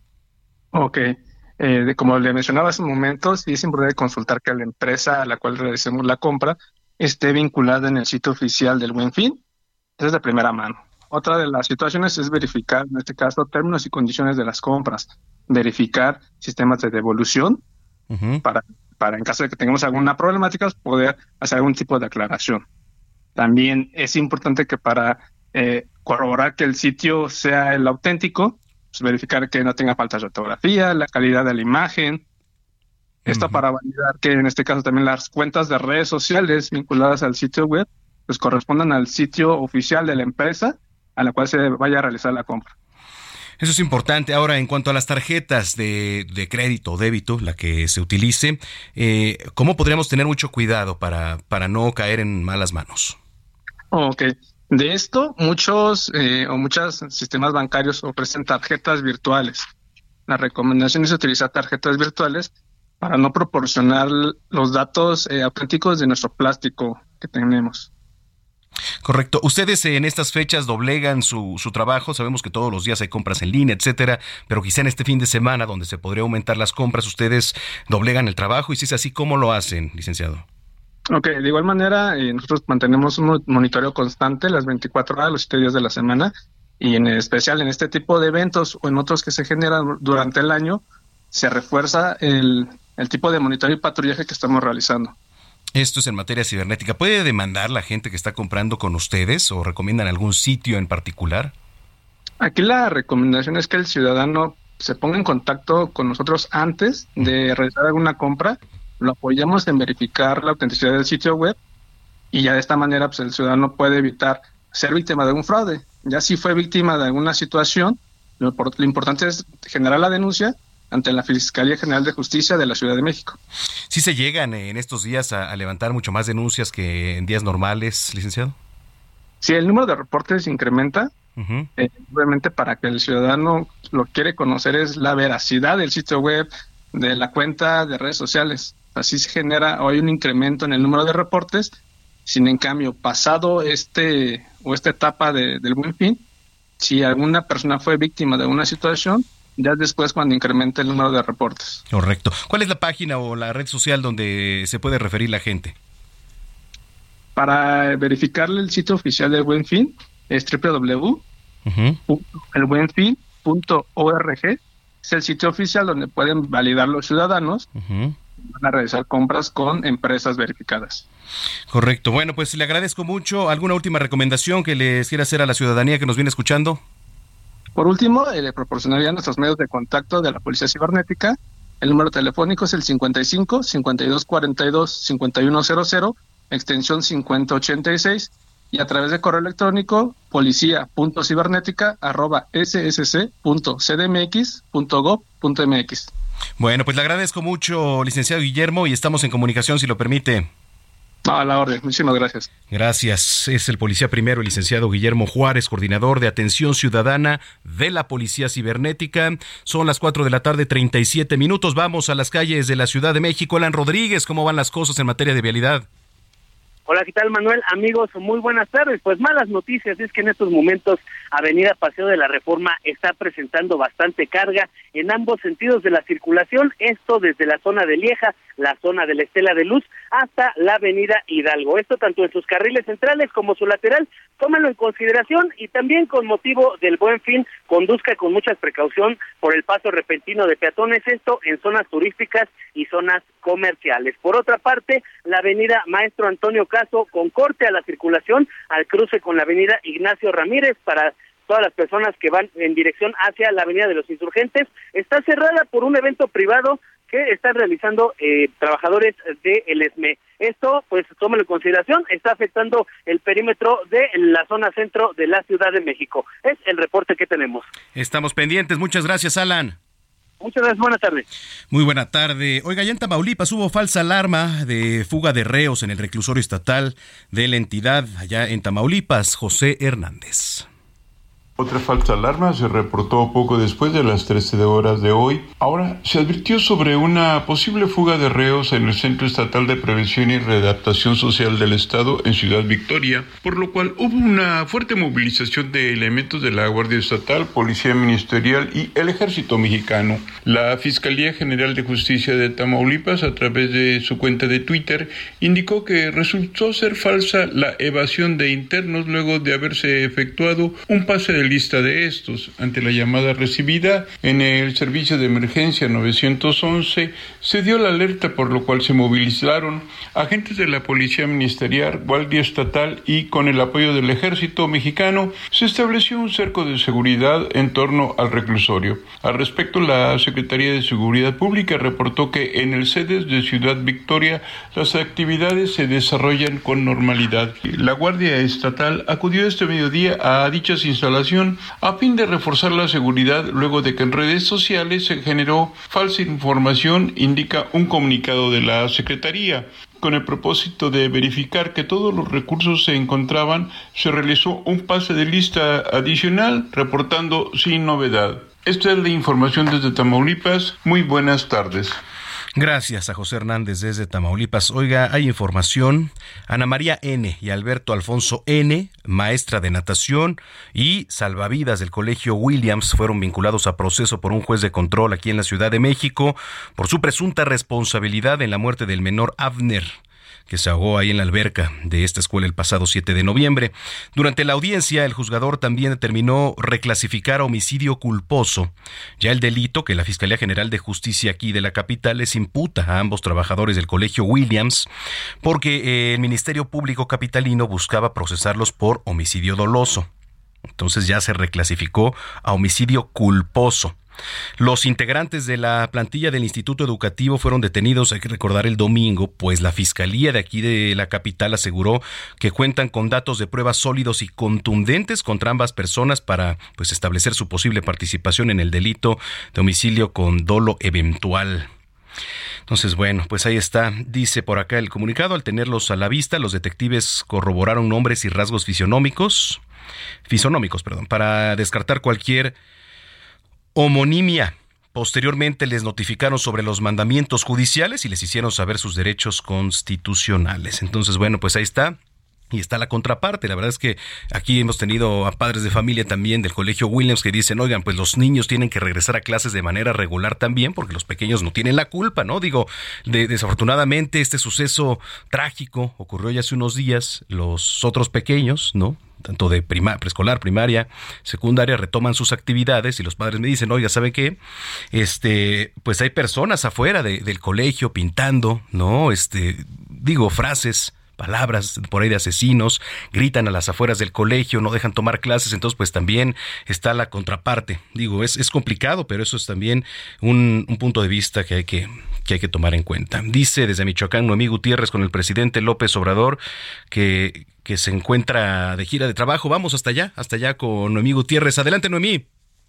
Ok, eh, de, como le mencionaba hace un momento, sí es importante consultar que la empresa a la cual realicemos la compra esté vinculada en el sitio oficial del Buen Fin. Esa es de primera mano. Otra de las situaciones es verificar, en este caso, términos y condiciones de las compras, verificar sistemas de devolución uh-huh. para, para en caso de que tengamos alguna problemática poder hacer algún tipo de aclaración. También es importante que para eh, corroborar que el sitio sea el auténtico, pues verificar que no tenga faltas de ortografía, la calidad de la imagen. Esto uh-huh. para validar que en este caso también las cuentas de redes sociales vinculadas al sitio web pues correspondan al sitio oficial de la empresa a la cual se vaya a realizar la compra. Eso es importante. Ahora, en cuanto a las tarjetas de, de crédito o débito, la que se utilice, eh, ¿cómo podríamos tener mucho cuidado para, para no caer en malas manos? Ok. De esto, muchos eh, o muchos sistemas bancarios ofrecen tarjetas virtuales. La recomendación es utilizar tarjetas virtuales para no proporcionar los datos eh, auténticos de nuestro plástico que tenemos. Correcto. Ustedes en estas fechas doblegan su, su trabajo. Sabemos que todos los días hay compras en línea, etcétera, pero quizá en este fin de semana donde se podría aumentar las compras, ustedes doblegan el trabajo y si es así, ¿cómo lo hacen, licenciado? Ok, de igual manera, eh, nosotros mantenemos un monitoreo constante las veinticuatro horas, los siete días de la semana y en especial en este tipo de eventos o en otros que se generan durante el año, se refuerza el, el tipo de monitoreo y patrullaje que estamos realizando. Esto es en materia cibernética. ¿Puede demandar la gente que está comprando con ustedes o recomiendan algún sitio en particular? Aquí la recomendación es que el ciudadano se ponga en contacto con nosotros antes de realizar alguna compra. Lo apoyamos en verificar la autenticidad del sitio web y ya de esta manera pues, el ciudadano puede evitar ser víctima de un fraude. Ya si fue víctima de alguna situación, lo, lo importante es generar la denuncia ante la Fiscalía General de Justicia de la Ciudad de México. ¿Sí se llegan en estos días a, a levantar mucho más denuncias que en días normales, licenciado? Sí, el número de reportes incrementa. Uh-huh. Eh, obviamente para que el ciudadano lo quiere conocer es la veracidad del sitio web, de la cuenta de redes sociales. Así se genera hoy un incremento en el número de reportes. Sin en cambio, pasado este o esta etapa de, del Buen Fin, si alguna persona fue víctima de una situación, ya después cuando incremente el número de reportes. Correcto. ¿Cuál es la página o la red social donde se puede referir la gente? Para verificarle el sitio oficial del Buen Fin es doble u doble u doble u punto el buen fin punto org. Es el sitio oficial donde pueden validar los ciudadanos. Uh-huh. Van a realizar compras con empresas verificadas. Correcto. Bueno, pues le agradezco mucho. ¿Alguna última recomendación que les quiera hacer a la ciudadanía que nos viene escuchando? Por último, eh, le proporcionaría nuestros medios de contacto de la Policía Cibernética. El número telefónico es el cincuenta y cinco, cincuenta y dos cuarenta y dos, cincuenta y uno cero cero, extensión cincuenta ochenta y seis. y a través de correo electrónico policía punto cibernética arroba s s c punto c d m x punto gob punto m x. Bueno, pues le agradezco mucho, licenciado Guillermo, y estamos en comunicación, si lo permite. A la orden, muchísimas gracias. Gracias. Es el policía primero, el licenciado Guillermo Juárez, coordinador de atención ciudadana de la Policía Cibernética. Son las cuatro de la tarde, treinta y siete minutos. Vamos a las calles de la Ciudad de México. Alan Rodríguez, ¿cómo van las cosas en materia de vialidad? Hola, ¿qué tal, Manuel? Amigos, muy buenas tardes. Pues malas noticias, es que en estos momentos Avenida Paseo de la Reforma está presentando bastante carga en ambos sentidos de la circulación, esto desde la zona de Lieja, la zona de la Estela de Luz, hasta la Avenida Hidalgo. Esto tanto en sus carriles centrales como su lateral, tómenlo en consideración, y también con motivo del Buen Fin, conduzca con mucha precaución por el paso repentino de peatones, esto en zonas turísticas y zonas comerciales. Por otra parte, la Avenida Maestro Antonio Caso, con corte a la circulación al cruce con la Avenida Ignacio Ramírez para todas las personas que van en dirección hacia la Avenida de los Insurgentes, está cerrada por un evento privado que están realizando eh, trabajadores de el E S M E. Esto, pues, tómelo en consideración, está afectando el perímetro de la zona centro de la Ciudad de México. Es el reporte que tenemos. Estamos pendientes. Muchas gracias, Alan. Muchas gracias, buenas tardes. Muy buena tarde. Oiga, ya en Tamaulipas hubo falsa alarma de fuga de reos en el reclusorio estatal de la entidad allá en Tamaulipas. José Hernández. Otra falsa alarma se reportó poco después de las trece horas de hoy. Ahora se advirtió sobre una posible fuga de reos en el Centro Estatal de Prevención y Readaptación Social del Estado en Ciudad Victoria, por lo cual hubo una fuerte movilización de elementos de la Guardia Estatal, Policía Ministerial y el Ejército Mexicano. La Fiscalía General de Justicia de Tamaulipas, a través de su cuenta de Twitter, indicó que resultó ser falsa la evasión de internos luego de haberse efectuado un pase de lista de estos. Ante la llamada recibida en el servicio de emergencia nueve once, se dio la alerta, por lo cual se movilizaron agentes de la Policía Ministerial, Guardia Estatal y con el apoyo del Ejército Mexicano se estableció un cerco de seguridad en torno al reclusorio. Al respecto, la Secretaría de Seguridad Pública reportó que en el CEDES de Ciudad Victoria las actividades se desarrollan con normalidad. La Guardia Estatal acudió este mediodía a dichas instalaciones a fin de reforzar la seguridad luego de que en redes sociales se generó falsa información, indica un comunicado de la Secretaría. Con el propósito de verificar que todos los recursos se encontraban, se realizó un pase de lista adicional, reportando sin novedad. Esta es la información desde Tamaulipas. Muy buenas tardes. Gracias a José Hernández desde Tamaulipas. Oiga, hay información. Ana María N. y Alberto Alfonso N., maestra de natación y salvavidas del Colegio Williams, fueron vinculados a proceso por un juez de control aquí en la Ciudad de México por su presunta responsabilidad en la muerte del menor Abner, que se ahogó ahí en la alberca de esta escuela el pasado siete de noviembre. Durante la audiencia, el juzgador también determinó reclasificar a homicidio culposo ya el delito que la Fiscalía General de Justicia aquí de la capital les imputa a ambos trabajadores del Colegio Williams, porque eh, el Ministerio Público capitalino buscaba procesarlos por homicidio doloso. Entonces ya se reclasificó a homicidio culposo. Los integrantes de la plantilla del Instituto Educativo fueron detenidos, hay que recordar, el domingo, pues la Fiscalía de aquí de la capital aseguró que cuentan con datos de pruebas sólidos y contundentes contra ambas personas para, pues, establecer su posible participación en el delito de homicidio con dolo eventual. Entonces, bueno, pues ahí está. Dice por acá el comunicado: al tenerlos a la vista, los detectives corroboraron nombres y rasgos fisonómicos, fisonómicos, perdón, para descartar cualquier homonimia. Posteriormente les notificaron sobre los mandamientos judiciales y les hicieron saber sus derechos constitucionales. Entonces, bueno, pues ahí está. Y está la contraparte. La verdad es que aquí hemos tenido a padres de familia también del Colegio Williams que dicen, oigan, pues los niños tienen que regresar a clases de manera regular también, porque los pequeños no tienen la culpa, ¿no? Digo, de, desafortunadamente este suceso trágico ocurrió ya hace unos días. Los otros pequeños, ¿no?, tanto de prima, preescolar, primaria, secundaria, retoman sus actividades y los padres me dicen, oiga, ¿saben qué? Este, pues hay personas afuera de, del colegio pintando, ¿no? Este, digo, frases palabras por ahí de asesinos, gritan a las afueras del colegio, no dejan tomar clases, entonces pues también está la contraparte. Digo, es, es complicado, pero eso es también un, un punto de vista que hay que, que hay que tomar en cuenta. Dice desde Michoacán Noemí Gutiérrez con el presidente López Obrador que, que se encuentra de gira de trabajo. Vamos hasta allá, hasta allá con Noemí Gutiérrez. Adelante, Noemí.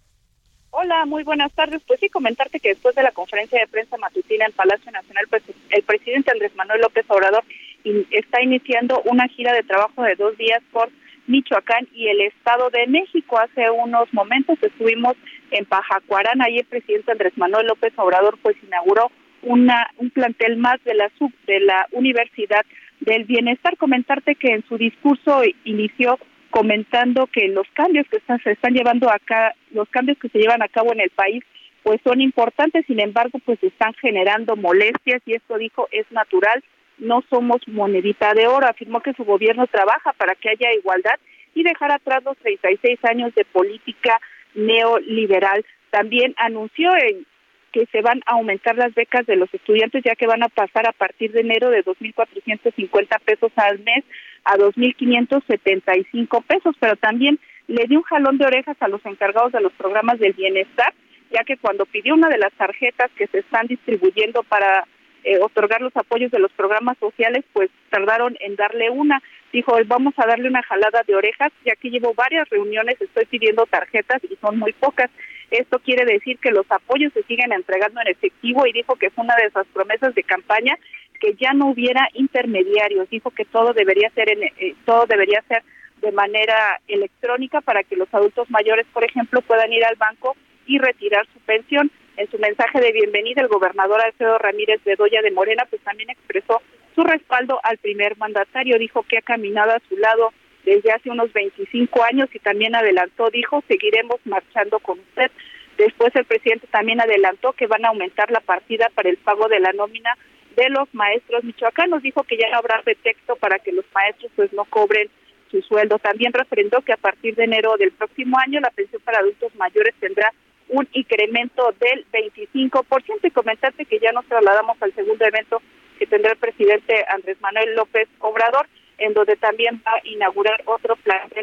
Hola, muy buenas tardes. Pues sí, comentarte que después de la conferencia de prensa matutina en Palacio Nacional, pues el presidente Andrés Manuel López Obrador in, está iniciando una gira de trabajo de dos días por Michoacán y el Estado de México. Hace unos momentos estuvimos en Pajacuarán, ahí el presidente Andrés Manuel López Obrador pues inauguró una un plantel más de la sub de la Universidad del Bienestar. Comentarte que en su discurso inició comentando que los cambios que están, se están llevando acá, los cambios que se llevan a cabo en el país, pues son importantes, sin embargo, pues están generando molestias y esto dijo es natural, no somos monedita de oro. Afirmó que su gobierno trabaja para que haya igualdad y dejar atrás los treinta y seis años de política neoliberal. También anunció en que se van a aumentar las becas de los estudiantes, ya que van a pasar a partir de enero de dos mil cuatrocientos cincuenta pesos al mes a dos mil quinientos setenta y cinco pesos, pero también le dio un jalón de orejas a los encargados de los programas del bienestar, ya que cuando pidió una de las tarjetas que se están distribuyendo para eh, otorgar los apoyos de los programas sociales, pues tardaron en darle una. Dijo, vamos a darle una jalada de orejas, ya que llevo varias reuniones, estoy pidiendo tarjetas y son muy pocas. Esto quiere decir que los apoyos se siguen entregando en efectivo y dijo que fue una de esas promesas de campaña que ya no hubiera intermediarios. Dijo que todo debería ser en, eh, todo debería ser de manera electrónica para que los adultos mayores, por ejemplo, puedan ir al banco y retirar su pensión. En su mensaje de bienvenida, el gobernador Alfredo Ramírez Bedoya de Morena pues también expresó su respaldo al primer mandatario. Dijo que ha caminado a su lado desde hace unos veinticinco años y también adelantó, dijo, seguiremos marchando con usted. Después el presidente también adelantó que van a aumentar la partida para el pago de la nómina de los maestros michoacanos. Dijo que ya no habrá pretexto para que los maestros pues no cobren su sueldo. También refrendó que a partir de enero del próximo año la pensión para adultos mayores tendrá un incremento del veinticinco por ciento. Y comentarte que ya nos trasladamos al segundo evento que tendrá el presidente Andrés Manuel López Obrador, en donde también va a inaugurar otro plan de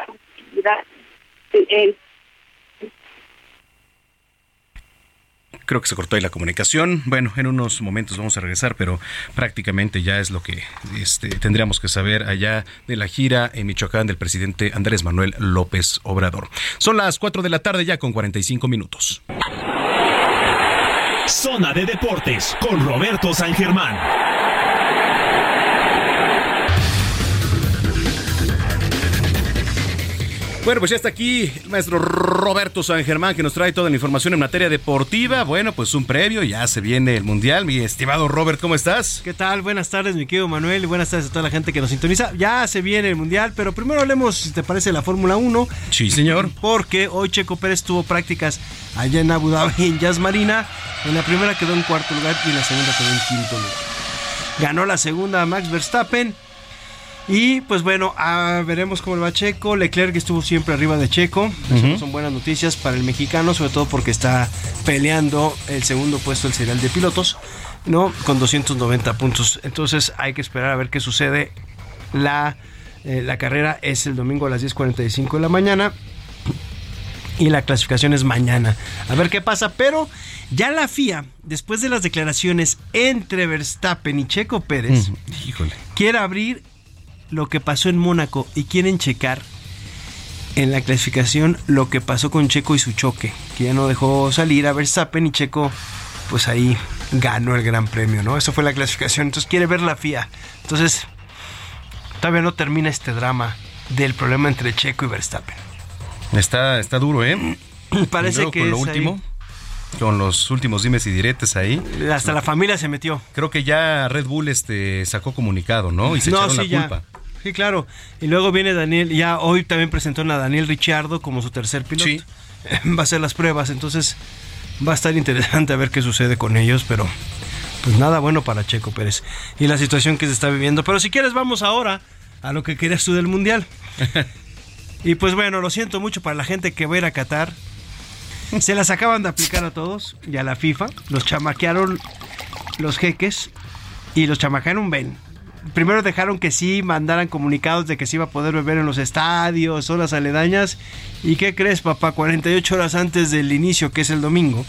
la el Creo que se cortó ahí la comunicación. Bueno, en unos momentos vamos a regresar, pero prácticamente ya es lo que este, tendríamos que saber allá de la gira en Michoacán del presidente Andrés Manuel López Obrador. Son las cuatro de la tarde ya con cuarenta y cinco minutos. Zona de Deportes con Roberto San Germán. Bueno, pues ya está aquí el maestro Roberto San Germán, que nos trae toda la información en materia deportiva. Bueno, pues un previo, ya se viene el Mundial. Mi estimado Robert, ¿cómo estás? ¿Qué tal? Buenas tardes, mi querido Manuel, y buenas tardes a toda la gente que nos sintoniza. Ya se viene el Mundial, pero primero hablemos, si te parece, de la Fórmula uno. Sí, señor. Porque hoy Checo Pérez tuvo prácticas allá en Abu Dhabi, en Yas Marina. En la primera quedó en cuarto lugar y en la segunda quedó en quinto lugar. Ganó la segunda Max Verstappen. Y pues bueno, ah, veremos cómo le va Checo. Leclerc, que estuvo siempre arriba de Checo. Eso uh-huh. Son buenas noticias para el mexicano, sobre todo porque está peleando el segundo puesto del serial de pilotos, ¿no? Con doscientos noventa puntos. Entonces hay que esperar a ver qué sucede. La, eh, la carrera es el domingo a las diez cuarenta y cinco de la mañana. Y la clasificación es mañana. A ver qué pasa, pero ya la F I A, después de las declaraciones entre Verstappen y Checo Pérez, uh-huh. Híjole. quiere abrir lo que pasó en Mónaco y quieren checar en la clasificación lo que pasó con Checo y su choque, que ya no dejó salir a Verstappen y Checo pues ahí ganó el gran premio, ¿no? Eso fue la clasificación, entonces quiere ver la F I A. Entonces todavía no termina este drama del problema entre Checo y Verstappen. Está, está duro, ¿eh? Parece que con lo es último ahí. Con los últimos dimes y diretes ahí. Hasta la familia se metió. Creo que ya Red Bull este sacó comunicado, ¿no? Y se no, echaron sí, la ya. culpa. Sí, claro. Y luego viene Daniel, ya hoy también presentó a Daniel Ricciardo como su tercer piloto. Sí. Va a hacer las pruebas, entonces va a estar interesante a ver qué sucede con ellos, pero pues nada bueno para Checo Pérez y la situación que se está viviendo. Pero si quieres vamos ahora a lo que querías tú del Mundial. Y pues bueno, lo siento mucho para la gente que va a ir a Qatar. Se las acaban de aplicar a todos y a la FIFA. Los chamaquearon los jeques y los chamaquearon ven. primero dejaron que sí mandaran comunicados de que se iba a poder beber en los estadios, zonas aledañas. ¿Y qué crees, papá? cuarenta y ocho horas antes del inicio, que es el domingo,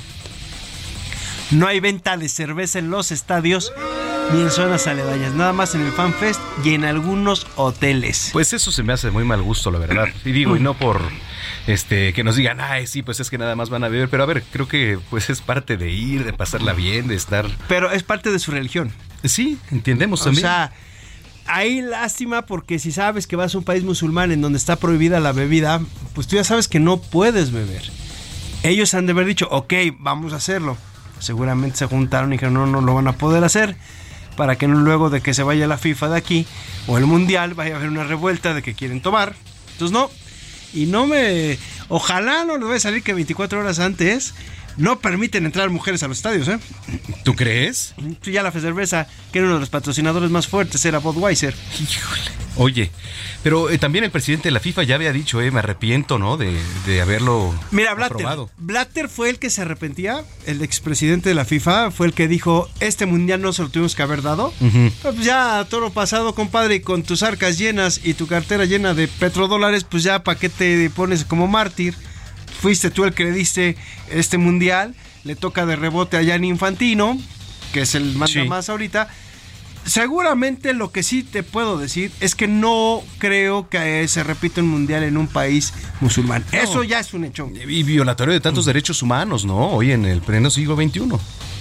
no hay venta de cerveza en los estadios ni en zonas aledañas, nada más en el Fan Fest y en algunos hoteles. Pues eso se me hace muy mal gusto, la verdad. Y digo, y no por este que nos digan, ay, sí, pues es que nada más van a beber, pero a ver, creo que pues es parte de ir, de pasarla bien, de estar... Pero es parte de su religión. Sí, entendemos también. O sea, hay lástima porque si sabes que vas a un país musulmán en donde está prohibida la bebida, pues tú ya sabes que no puedes beber. Ellos han de haber dicho, ok, vamos a hacerlo. Seguramente se juntaron y dijeron, no, no lo van a poder hacer, para que no, luego de que se vaya la FIFA de aquí o el Mundial vaya a haber una revuelta de que quieren tomar. Entonces no, y no me... Ojalá no les vaya a salir que veinticuatro horas antes no permiten entrar mujeres a los estadios, ¿eh? ¿Tú crees? Ya la cerveza, que era uno de los patrocinadores más fuertes, era Budweiser. Híjole. Oye, pero eh, también el presidente de la FIFA ya había dicho, eh, me arrepiento, ¿no? De, de haberlo Mira, Blatter, aprobado. Blatter fue el que se arrepentía, el expresidente de la FIFA, fue el que dijo, este mundial no se lo tuvimos que haber dado. Uh-huh. Pues ya, todo lo pasado, compadre, y con tus arcas llenas y tu cartera llena de petrodólares, pues ya, ¿para qué te pones como mártir? Fuiste tú el que le diste este mundial, le toca de rebote a Gianni Infantino, que es el manda sí. más ahorita. Seguramente lo que sí te puedo decir es que no creo que se repita un mundial en un país musulmán. No. Eso ya es un hecho. Y violatorio de tantos mm. derechos humanos, ¿no? Hoy en el pleno siglo veintiuno.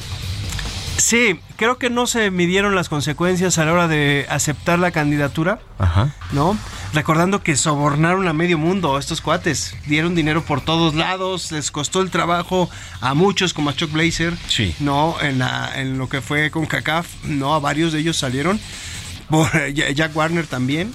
Sí, creo que no se midieron las consecuencias a la hora de aceptar la candidatura. Ajá. ¿No? Recordando que sobornaron a medio mundo estos cuates. Dieron dinero por todos lados, les costó el trabajo a muchos, como a Chuck Blazer. Sí. No, en, la, en lo que fue con CACAF, no, a varios de ellos salieron. Por Jack Warner también.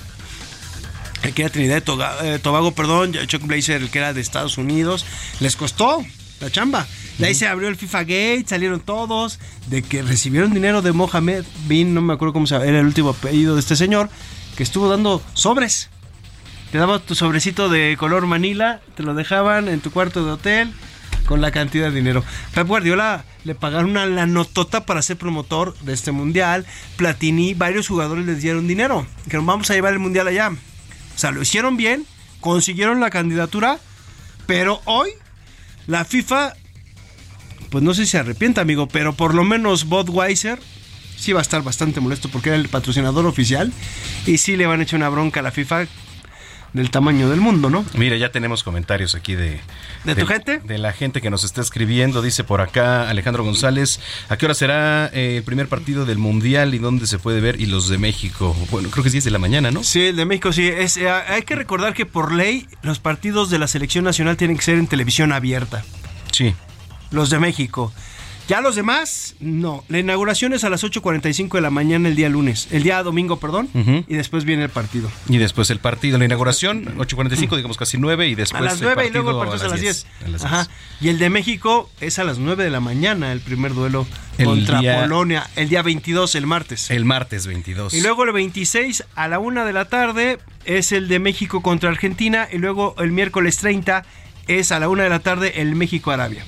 El que era Trinidad y Tobago, perdón, Chuck Blazer, el que era de Estados Unidos. Les costó la chamba. De ahí uh-huh. se abrió el FIFA Gate, salieron todos, de que recibieron dinero de Mohammed bin, no me acuerdo cómo se llama, era el último apellido de este señor, que estuvo dando sobres. Te daba tu sobrecito de color Manila, te lo dejaban en tu cuarto de hotel con la cantidad de dinero. Pep Guardiola le pagaron una lanotota para ser promotor de este mundial. Platini, varios jugadores les dieron dinero. Dijeron, vamos a llevar el mundial allá. O sea, lo hicieron bien, consiguieron la candidatura, pero hoy la FIFA, pues no sé si se arrepienta, amigo, pero por lo menos Budweiser sí va a estar bastante molesto porque era el patrocinador oficial y sí le van a echar una bronca a la FIFA del tamaño del mundo, ¿no? Mira, ya tenemos comentarios aquí de... ¿De, ¿De tu gente? De la gente que nos está escribiendo. Dice por acá Alejandro González, ¿a qué hora será eh, el primer partido del Mundial y dónde se puede ver? Y los de México. Bueno, creo que es diez de la mañana, ¿no? Sí, el de México sí. Es, eh, hay que recordar que por ley los partidos de la selección nacional tienen que ser en televisión abierta. Sí. Los de México. Ya los demás, no. La inauguración es a las ocho cuarenta y cinco de la mañana el día lunes. El día domingo, perdón. Uh-huh. Y después viene el partido. Y después el partido. La inauguración, ocho cuarenta y cinco, uh-huh. digamos casi nueve. Y después a las nueve y luego el partido a es a las diez. Ajá. Y el de México es a las nueve de la mañana, el primer duelo el contra día, Polonia. El día veintidós, el martes. El martes veintidós. Y luego el veintiséis a la una de la tarde es el de México contra Argentina. Y luego el miércoles treinta es a la una de la tarde el México-Arabia.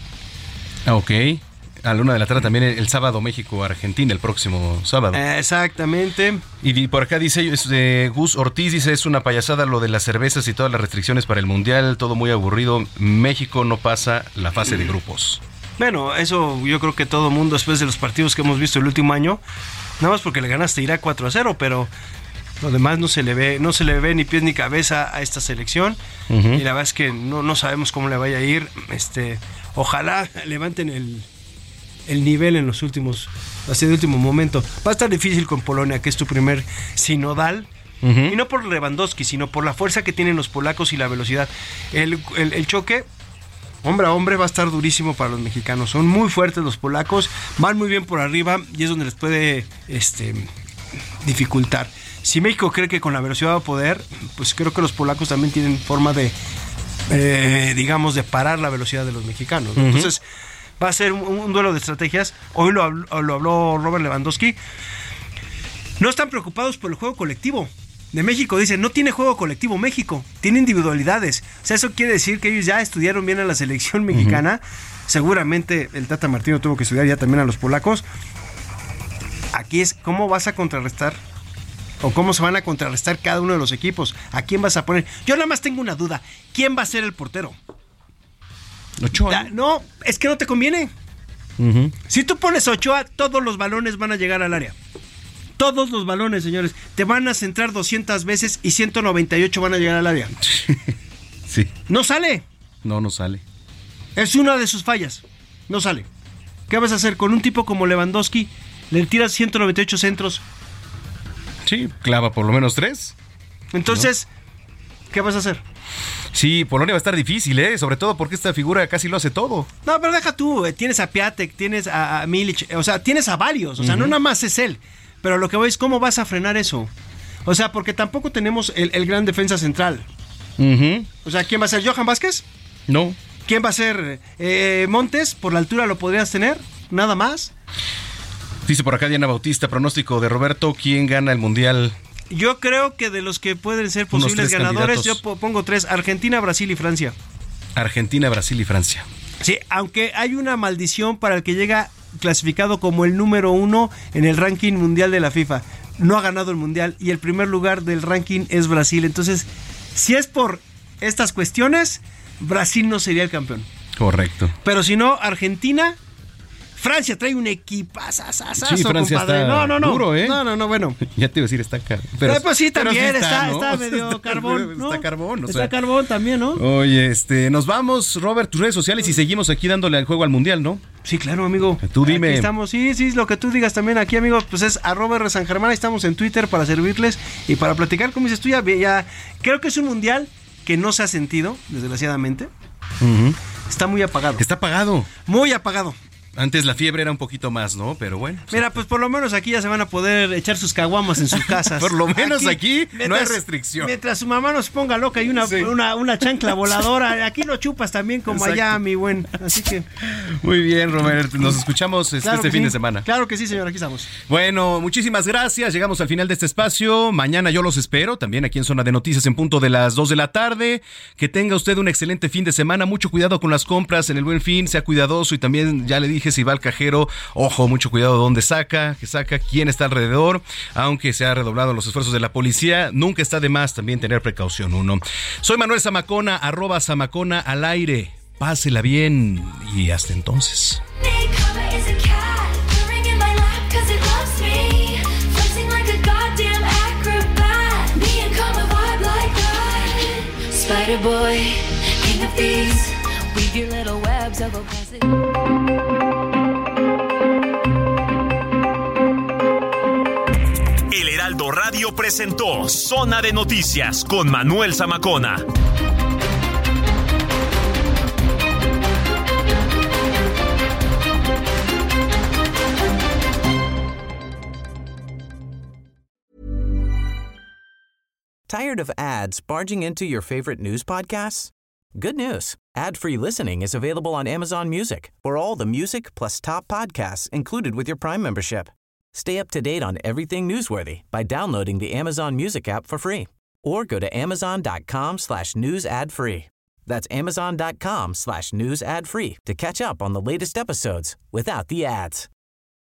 Ok. A la una de la tarde también el, el sábado México-Argentina, el próximo sábado. Exactamente. Y por acá dice eh, Gus Ortiz, dice, es una payasada lo de las cervezas y todas las restricciones para el Mundial, todo muy aburrido. México no pasa la fase de grupos. Bueno, eso yo creo que todo mundo después de los partidos que hemos visto el último año, nada más porque le ganaste Irak cuatro a cero, pero lo demás no se le ve, no se le ve ni pies ni cabeza a esta selección. Uh-huh. Y la verdad es que no, no sabemos cómo le vaya a ir. Este, ojalá levanten el el nivel en los últimos, así de último momento. Va a estar difícil con Polonia, que es tu primer sinodal, uh-huh. y no por Lewandowski, sino por la fuerza que tienen los polacos y la velocidad. El, el, el choque, hombre a hombre, va a estar durísimo para los mexicanos. Son muy fuertes los polacos, van muy bien por arriba y es donde les puede este, dificultar. Si México cree que con la velocidad va a poder, pues creo que los polacos también tienen forma de, eh, digamos, de parar la velocidad de los mexicanos. Uh-huh. Entonces, va a ser un, un duelo de estrategias. Hoy lo habló, lo habló Robert Lewandowski. No están preocupados por el juego colectivo de México. Dicen, no tiene juego colectivo México, tiene individualidades. O sea, eso quiere decir que ellos ya estudiaron bien a la selección mexicana. Uh-huh. Seguramente el Tata Martino tuvo que estudiar ya también a los polacos. Aquí es, ¿cómo vas a contrarrestar ¿O cómo se van a contrarrestar cada uno de los equipos? ¿A quién vas a poner? Yo nada más tengo una duda. ¿Quién va a ser el portero? Ochoa. No, es que no te conviene. Uh-huh. Si tú pones a Ochoa, todos los balones van a llegar al área. Todos los balones, señores. Te van a centrar doscientas veces y ciento noventa y ocho van a llegar al área. Sí. No sale. No, no sale. Es una de sus fallas. No sale. ¿Qué vas a hacer con un tipo como Lewandowski? Le tiras ciento noventa y ocho centros. Sí, clava por lo menos tres. Entonces, ¿no? ¿Qué vas a hacer? Sí, Polonia va a estar difícil, ¿eh? Sobre todo porque esta figura casi lo hace todo. No, pero deja tú. Eh, tienes a Piatek, tienes a, a Milic. O sea, tienes a varios. O sea, uh-huh. no nada más es él. Pero lo que voy es, ¿cómo vas a frenar eso? O sea, porque tampoco tenemos el, el gran defensa central. Uh-huh. O sea, ¿quién va a ser? ¿Johan Vázquez? No. ¿Quién va a ser? Eh, ¿Montes? ¿Por la altura lo podrías tener? ¿Nada más? Dice por acá Diana Bautista, pronóstico de Roberto, ¿quién gana el Mundial? Yo creo que de los que pueden ser posibles ganadores, candidatos. Yo pongo tres: Argentina, Brasil y Francia. Argentina, Brasil y Francia. Sí, aunque hay una maldición para el que llega clasificado como el número uno en el ranking mundial de la FIFA. No ha ganado el mundial y el primer lugar del ranking es Brasil. Entonces, si es por estas cuestiones, Brasil no sería el campeón. Correcto. Pero si no, Argentina... Francia trae un equipazazazazo, sí, Francia compadre. Está no, no, no. Duro, ¿eh? No, no, no, bueno. Ya te iba a decir, está caro. Pero, pero pues sí, también pero sí está, está, ¿no? está medio está, carbón, ¿no? Está carbón, o Está sea. carbón también, ¿no? Oye, este, nos vamos, Robert, tus redes sociales y seguimos aquí dándole al juego al Mundial, ¿no? Sí, claro, amigo. Tú dime. Aquí estamos, sí, sí, lo que tú digas también aquí, amigo, pues es arroba R San Germán, estamos en Twitter para servirles y para platicar, como dices tú, ya, ya creo que es un Mundial que no se ha sentido, desgraciadamente. Uh-huh. Está muy apagado. Está apagado. Muy apagado. Antes la fiebre era un poquito más, ¿no? Pero bueno. Mira, pues por lo menos aquí ya se van a poder echar sus caguamas en sus casas. Por lo menos aquí, aquí mientras, no hay restricción. Mientras su mamá nos ponga loca y una, sí. una, una chancla voladora, aquí lo chupas también como Exacto. allá, mi buen. Así que... Muy bien, Robert. Nos escuchamos este, claro este fin sí. de semana. Claro que sí, señor. Aquí estamos. Bueno, muchísimas gracias. Llegamos al final de este espacio. Mañana yo los espero, también aquí en Zona de Noticias en punto de las dos de la tarde. Que tenga usted un excelente fin de semana. Mucho cuidado con las compras en el Buen Fin. Sea cuidadoso y también, ya le dije, si va al cajero, ojo, mucho cuidado dónde saca, que saca, quién está alrededor, aunque se ha redoblado los esfuerzos de la policía, nunca está de más también tener precaución uno. Soy Manuel Zamacona, arroba Zamacona al aire. Pásela bien y hasta entonces. Spider-Boy, king of thieves, weave your little webs of opacity. El Heraldo Radio presentó Zona de Noticias con Manuel Zamacona. Tired of ads barging into your favorite news podcasts? Good news. Ad-free listening is available on Amazon Music for all the music plus top podcasts included with your Prime membership. Stay up to date on everything newsworthy by downloading the Amazon Music app for free or go to amazon.com slash news ad free. That's amazon.com slash news ad free to catch up on the latest episodes without the ads.